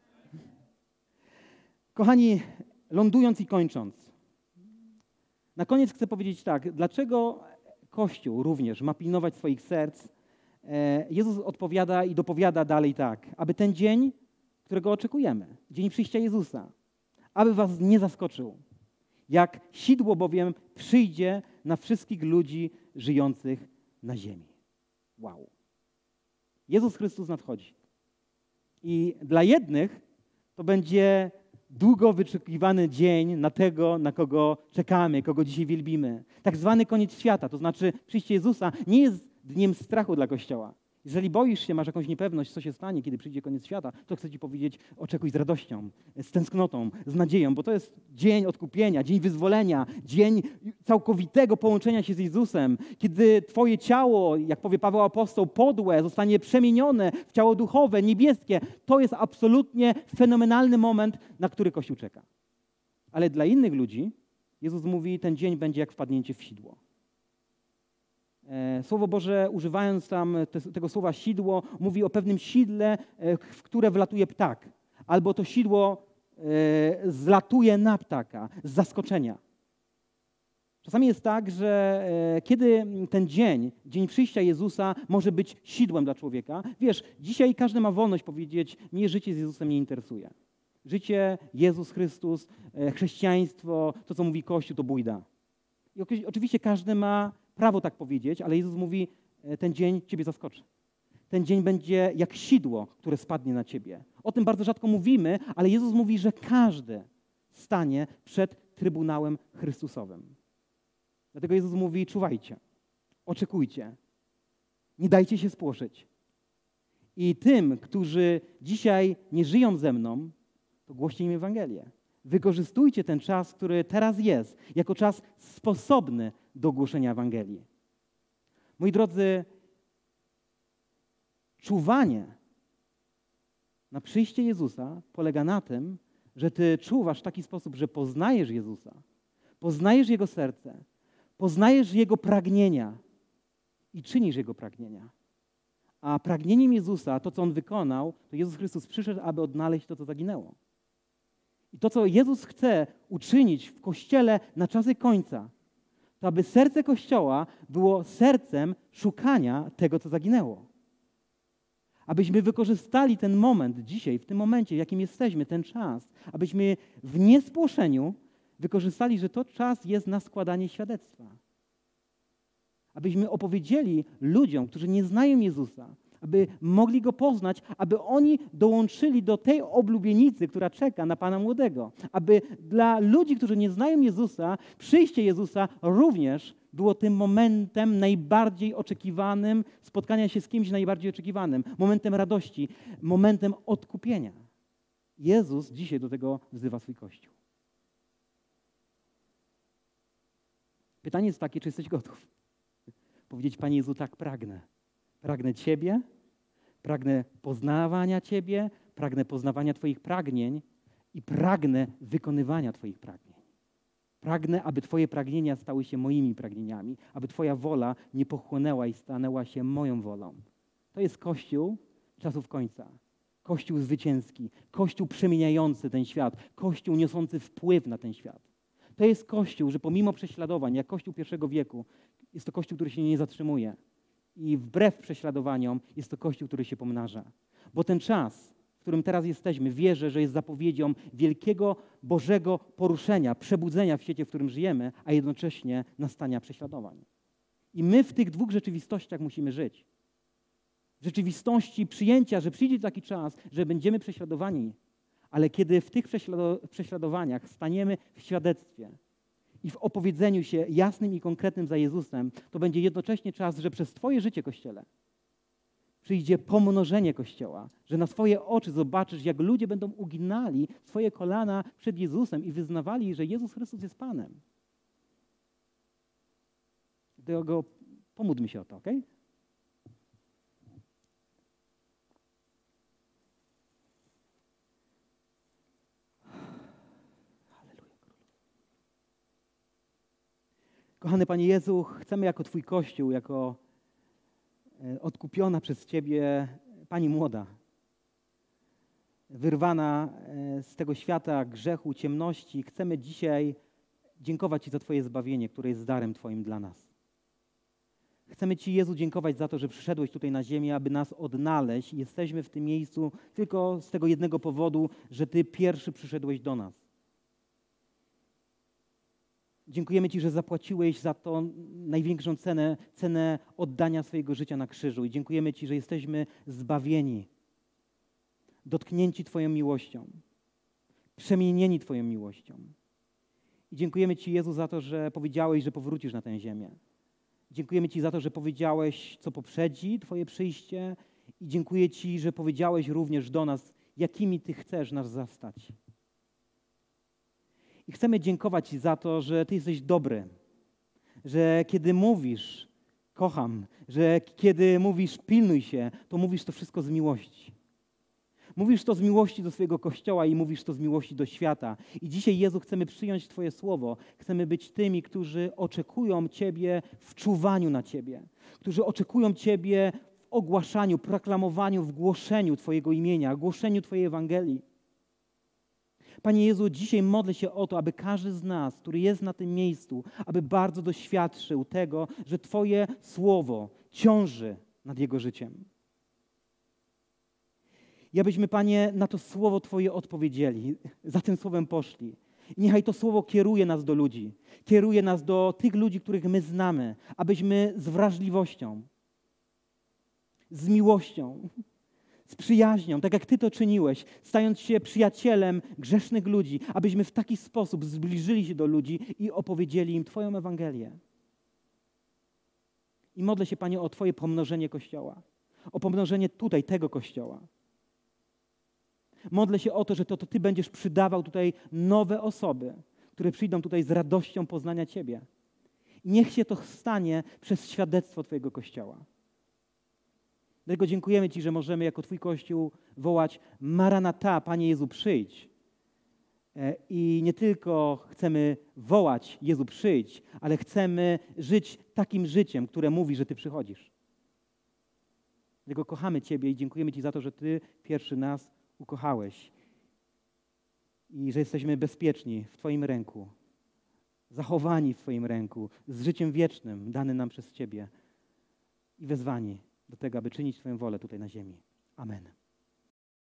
Kochani, lądując i kończąc, na koniec chcę powiedzieć tak: dlaczego Kościół również ma pilnować swoich serc? Jezus odpowiada i dopowiada dalej tak: aby ten dzień, którego oczekujemy, dzień przyjścia Jezusa, aby was nie zaskoczył. Jak sidło bowiem przyjdzie na wszystkich ludzi żyjących na ziemi. Wow. Jezus Chrystus nadchodzi. I dla jednych to będzie długo wyczekiwany dzień na tego, na kogo czekamy, kogo dzisiaj wielbimy. Tak zwany koniec świata, to znaczy przyjście Jezusa nie jest dniem strachu dla Kościoła. Jeżeli boisz się, masz jakąś niepewność, co się stanie, kiedy przyjdzie koniec świata, to chcę ci powiedzieć: oczekuj z radością, z tęsknotą, z nadzieją, bo to jest dzień odkupienia, dzień wyzwolenia, dzień całkowitego połączenia się z Jezusem, kiedy twoje ciało, jak powie Paweł Apostoł, podłe, zostanie przemienione w ciało duchowe, niebieskie. To jest absolutnie fenomenalny moment, na który Kościół czeka. Ale dla innych ludzi Jezus mówi: ten dzień będzie jak wpadnięcie w sidło. Słowo Boże, używając tam tego słowa sidło, mówi o pewnym sidle, w które wlatuje ptak. Albo to sidło zlatuje na ptaka z zaskoczenia. Czasami jest tak, że kiedy ten dzień przyjścia Jezusa może być sidłem dla człowieka, wiesz, dzisiaj każdy ma wolność powiedzieć, mnie życie z Jezusem nie interesuje. Życie, Jezus Chrystus, chrześcijaństwo, to co mówi Kościół, to bójda. I oczywiście każdy ma prawo tak powiedzieć, ale Jezus mówi, ten dzień ciebie zaskoczy. Ten dzień będzie jak sidło, które spadnie na ciebie. O tym bardzo rzadko mówimy, ale Jezus mówi, że każdy stanie przed Trybunałem Chrystusowym. Dlatego Jezus mówi, czuwajcie, oczekujcie, nie dajcie się spłoszyć. I tym, którzy dzisiaj nie żyją ze mną, to głoście im Ewangelię. Wykorzystujcie ten czas, który teraz jest, jako czas sposobny do głoszenia Ewangelii. Moi drodzy, czuwanie na przyjście Jezusa polega na tym, że ty czuwasz w taki sposób, że poznajesz Jezusa, poznajesz Jego serce, poznajesz Jego pragnienia i czynisz Jego pragnienia. A pragnieniem Jezusa, to co On wykonał, to Jezus Chrystus przyszedł, aby odnaleźć to, co zaginęło. I to, co Jezus chce uczynić w Kościele na czasy końca, to aby serce Kościoła było sercem szukania tego, co zaginęło. Abyśmy wykorzystali ten moment dzisiaj, w tym momencie, w jakim jesteśmy, ten czas, abyśmy w niespłoszeniu wykorzystali, że to czas jest na składanie świadectwa. Abyśmy opowiedzieli ludziom, którzy nie znają Jezusa, aby mogli Go poznać, aby oni dołączyli do tej oblubienicy, która czeka na Pana Młodego. Aby dla ludzi, którzy nie znają Jezusa, przyjście Jezusa również było tym momentem najbardziej oczekiwanym, spotkania się z kimś najbardziej oczekiwanym, momentem radości, momentem odkupienia. Jezus dzisiaj do tego wzywa swój Kościół. Pytanie jest takie, czy jesteś gotów? Powiedzieć, Panie Jezu, tak pragnę. Pragnę Ciebie, pragnę poznawania Ciebie, pragnę poznawania Twoich pragnień i pragnę wykonywania Twoich pragnień. Pragnę, aby Twoje pragnienia stały się moimi pragnieniami, aby Twoja wola nie pochłonęła i stanęła się moją wolą. To jest Kościół czasów końca. Kościół zwycięski, Kościół przemieniający ten świat, Kościół niosący wpływ na ten świat. To jest Kościół, że pomimo prześladowań, jak Kościół I wieku, jest to Kościół, który się nie zatrzymuje. I wbrew prześladowaniom jest to Kościół, który się pomnaża. Bo ten czas, w którym teraz jesteśmy, wierzę, że jest zapowiedzią wielkiego Bożego poruszenia, przebudzenia w świecie, w którym żyjemy, a jednocześnie nastania prześladowań. I my w tych dwóch rzeczywistościach musimy żyć. W rzeczywistości przyjęcia, że przyjdzie taki czas, że będziemy prześladowani, ale kiedy w tych prześladowaniach staniemy w świadectwie i w opowiedzeniu się jasnym i konkretnym za Jezusem, to będzie jednocześnie czas, że przez Twoje życie, Kościele, przyjdzie pomnożenie Kościoła, że na swoje oczy zobaczysz, jak ludzie będą uginali swoje kolana przed Jezusem i wyznawali, że Jezus Chrystus jest Panem. Dlatego pomódlmy się o to, okej? Kochany Panie Jezu, chcemy jako Twój Kościół, jako odkupiona przez Ciebie Pani młoda, wyrwana z tego świata grzechu, ciemności, chcemy dzisiaj dziękować Ci za Twoje zbawienie, które jest darem Twoim dla nas. Chcemy Ci, Jezu, dziękować za to, że przyszedłeś tutaj na ziemię, aby nas odnaleźć. Jesteśmy w tym miejscu tylko z tego jednego powodu, że Ty pierwszy przyszedłeś do nas. Dziękujemy Ci, że zapłaciłeś za to największą cenę oddania swojego życia na krzyżu. I dziękujemy Ci, że jesteśmy zbawieni, dotknięci Twoją miłością, przemienieni Twoją miłością. I dziękujemy Ci, Jezu, za to, że powiedziałeś, że powrócisz na tę ziemię. Dziękujemy Ci za to, że powiedziałeś, co poprzedzi Twoje przyjście. I dziękuję Ci, że powiedziałeś również do nas, jakimi Ty chcesz nas zastać. I chcemy dziękować Ci za to, że Ty jesteś dobry, że kiedy mówisz kocham, że kiedy mówisz pilnuj się, to mówisz to wszystko z miłości. Mówisz to z miłości do swojego Kościoła i mówisz to z miłości do świata. I dzisiaj, Jezu, chcemy przyjąć Twoje słowo. Chcemy być tymi, którzy oczekują Ciebie w czuwaniu na Ciebie, którzy oczekują Ciebie w ogłaszaniu, proklamowaniu, w głoszeniu Twojego imienia, głoszeniu Twojej Ewangelii. Panie Jezu, dzisiaj modlę się o to, aby każdy z nas, który jest na tym miejscu, aby bardzo doświadczył tego, że Twoje słowo ciąży nad jego życiem. I abyśmy, Panie, na to słowo Twoje odpowiedzieli, za tym słowem poszli. I niechaj to słowo kieruje nas do ludzi, kieruje nas do tych ludzi, których my znamy, abyśmy z wrażliwością, z miłością, z przyjaźnią, tak jak Ty to czyniłeś, stając się przyjacielem grzesznych ludzi, abyśmy w taki sposób zbliżyli się do ludzi i opowiedzieli im Twoją Ewangelię. I modlę się, Panie, o Twoje pomnożenie Kościoła, o pomnożenie tutaj tego Kościoła. Modlę się o to, że to Ty będziesz przydawał tutaj nowe osoby, które przyjdą tutaj z radością poznania Ciebie. I niech się to stanie przez świadectwo Twojego Kościoła. Dlatego dziękujemy Ci, że możemy jako Twój Kościół wołać Maranata, Panie Jezu, przyjdź. I nie tylko chcemy wołać Jezu, przyjdź, ale chcemy żyć takim życiem, które mówi, że Ty przychodzisz. Dlatego kochamy Ciebie i dziękujemy Ci za to, że Ty pierwszy nas ukochałeś i że jesteśmy bezpieczni w Twoim ręku, zachowani w Twoim ręku, z życiem wiecznym danym nam przez Ciebie i wezwani do tego, aby czynić Twoją wolę tutaj na ziemi. Amen.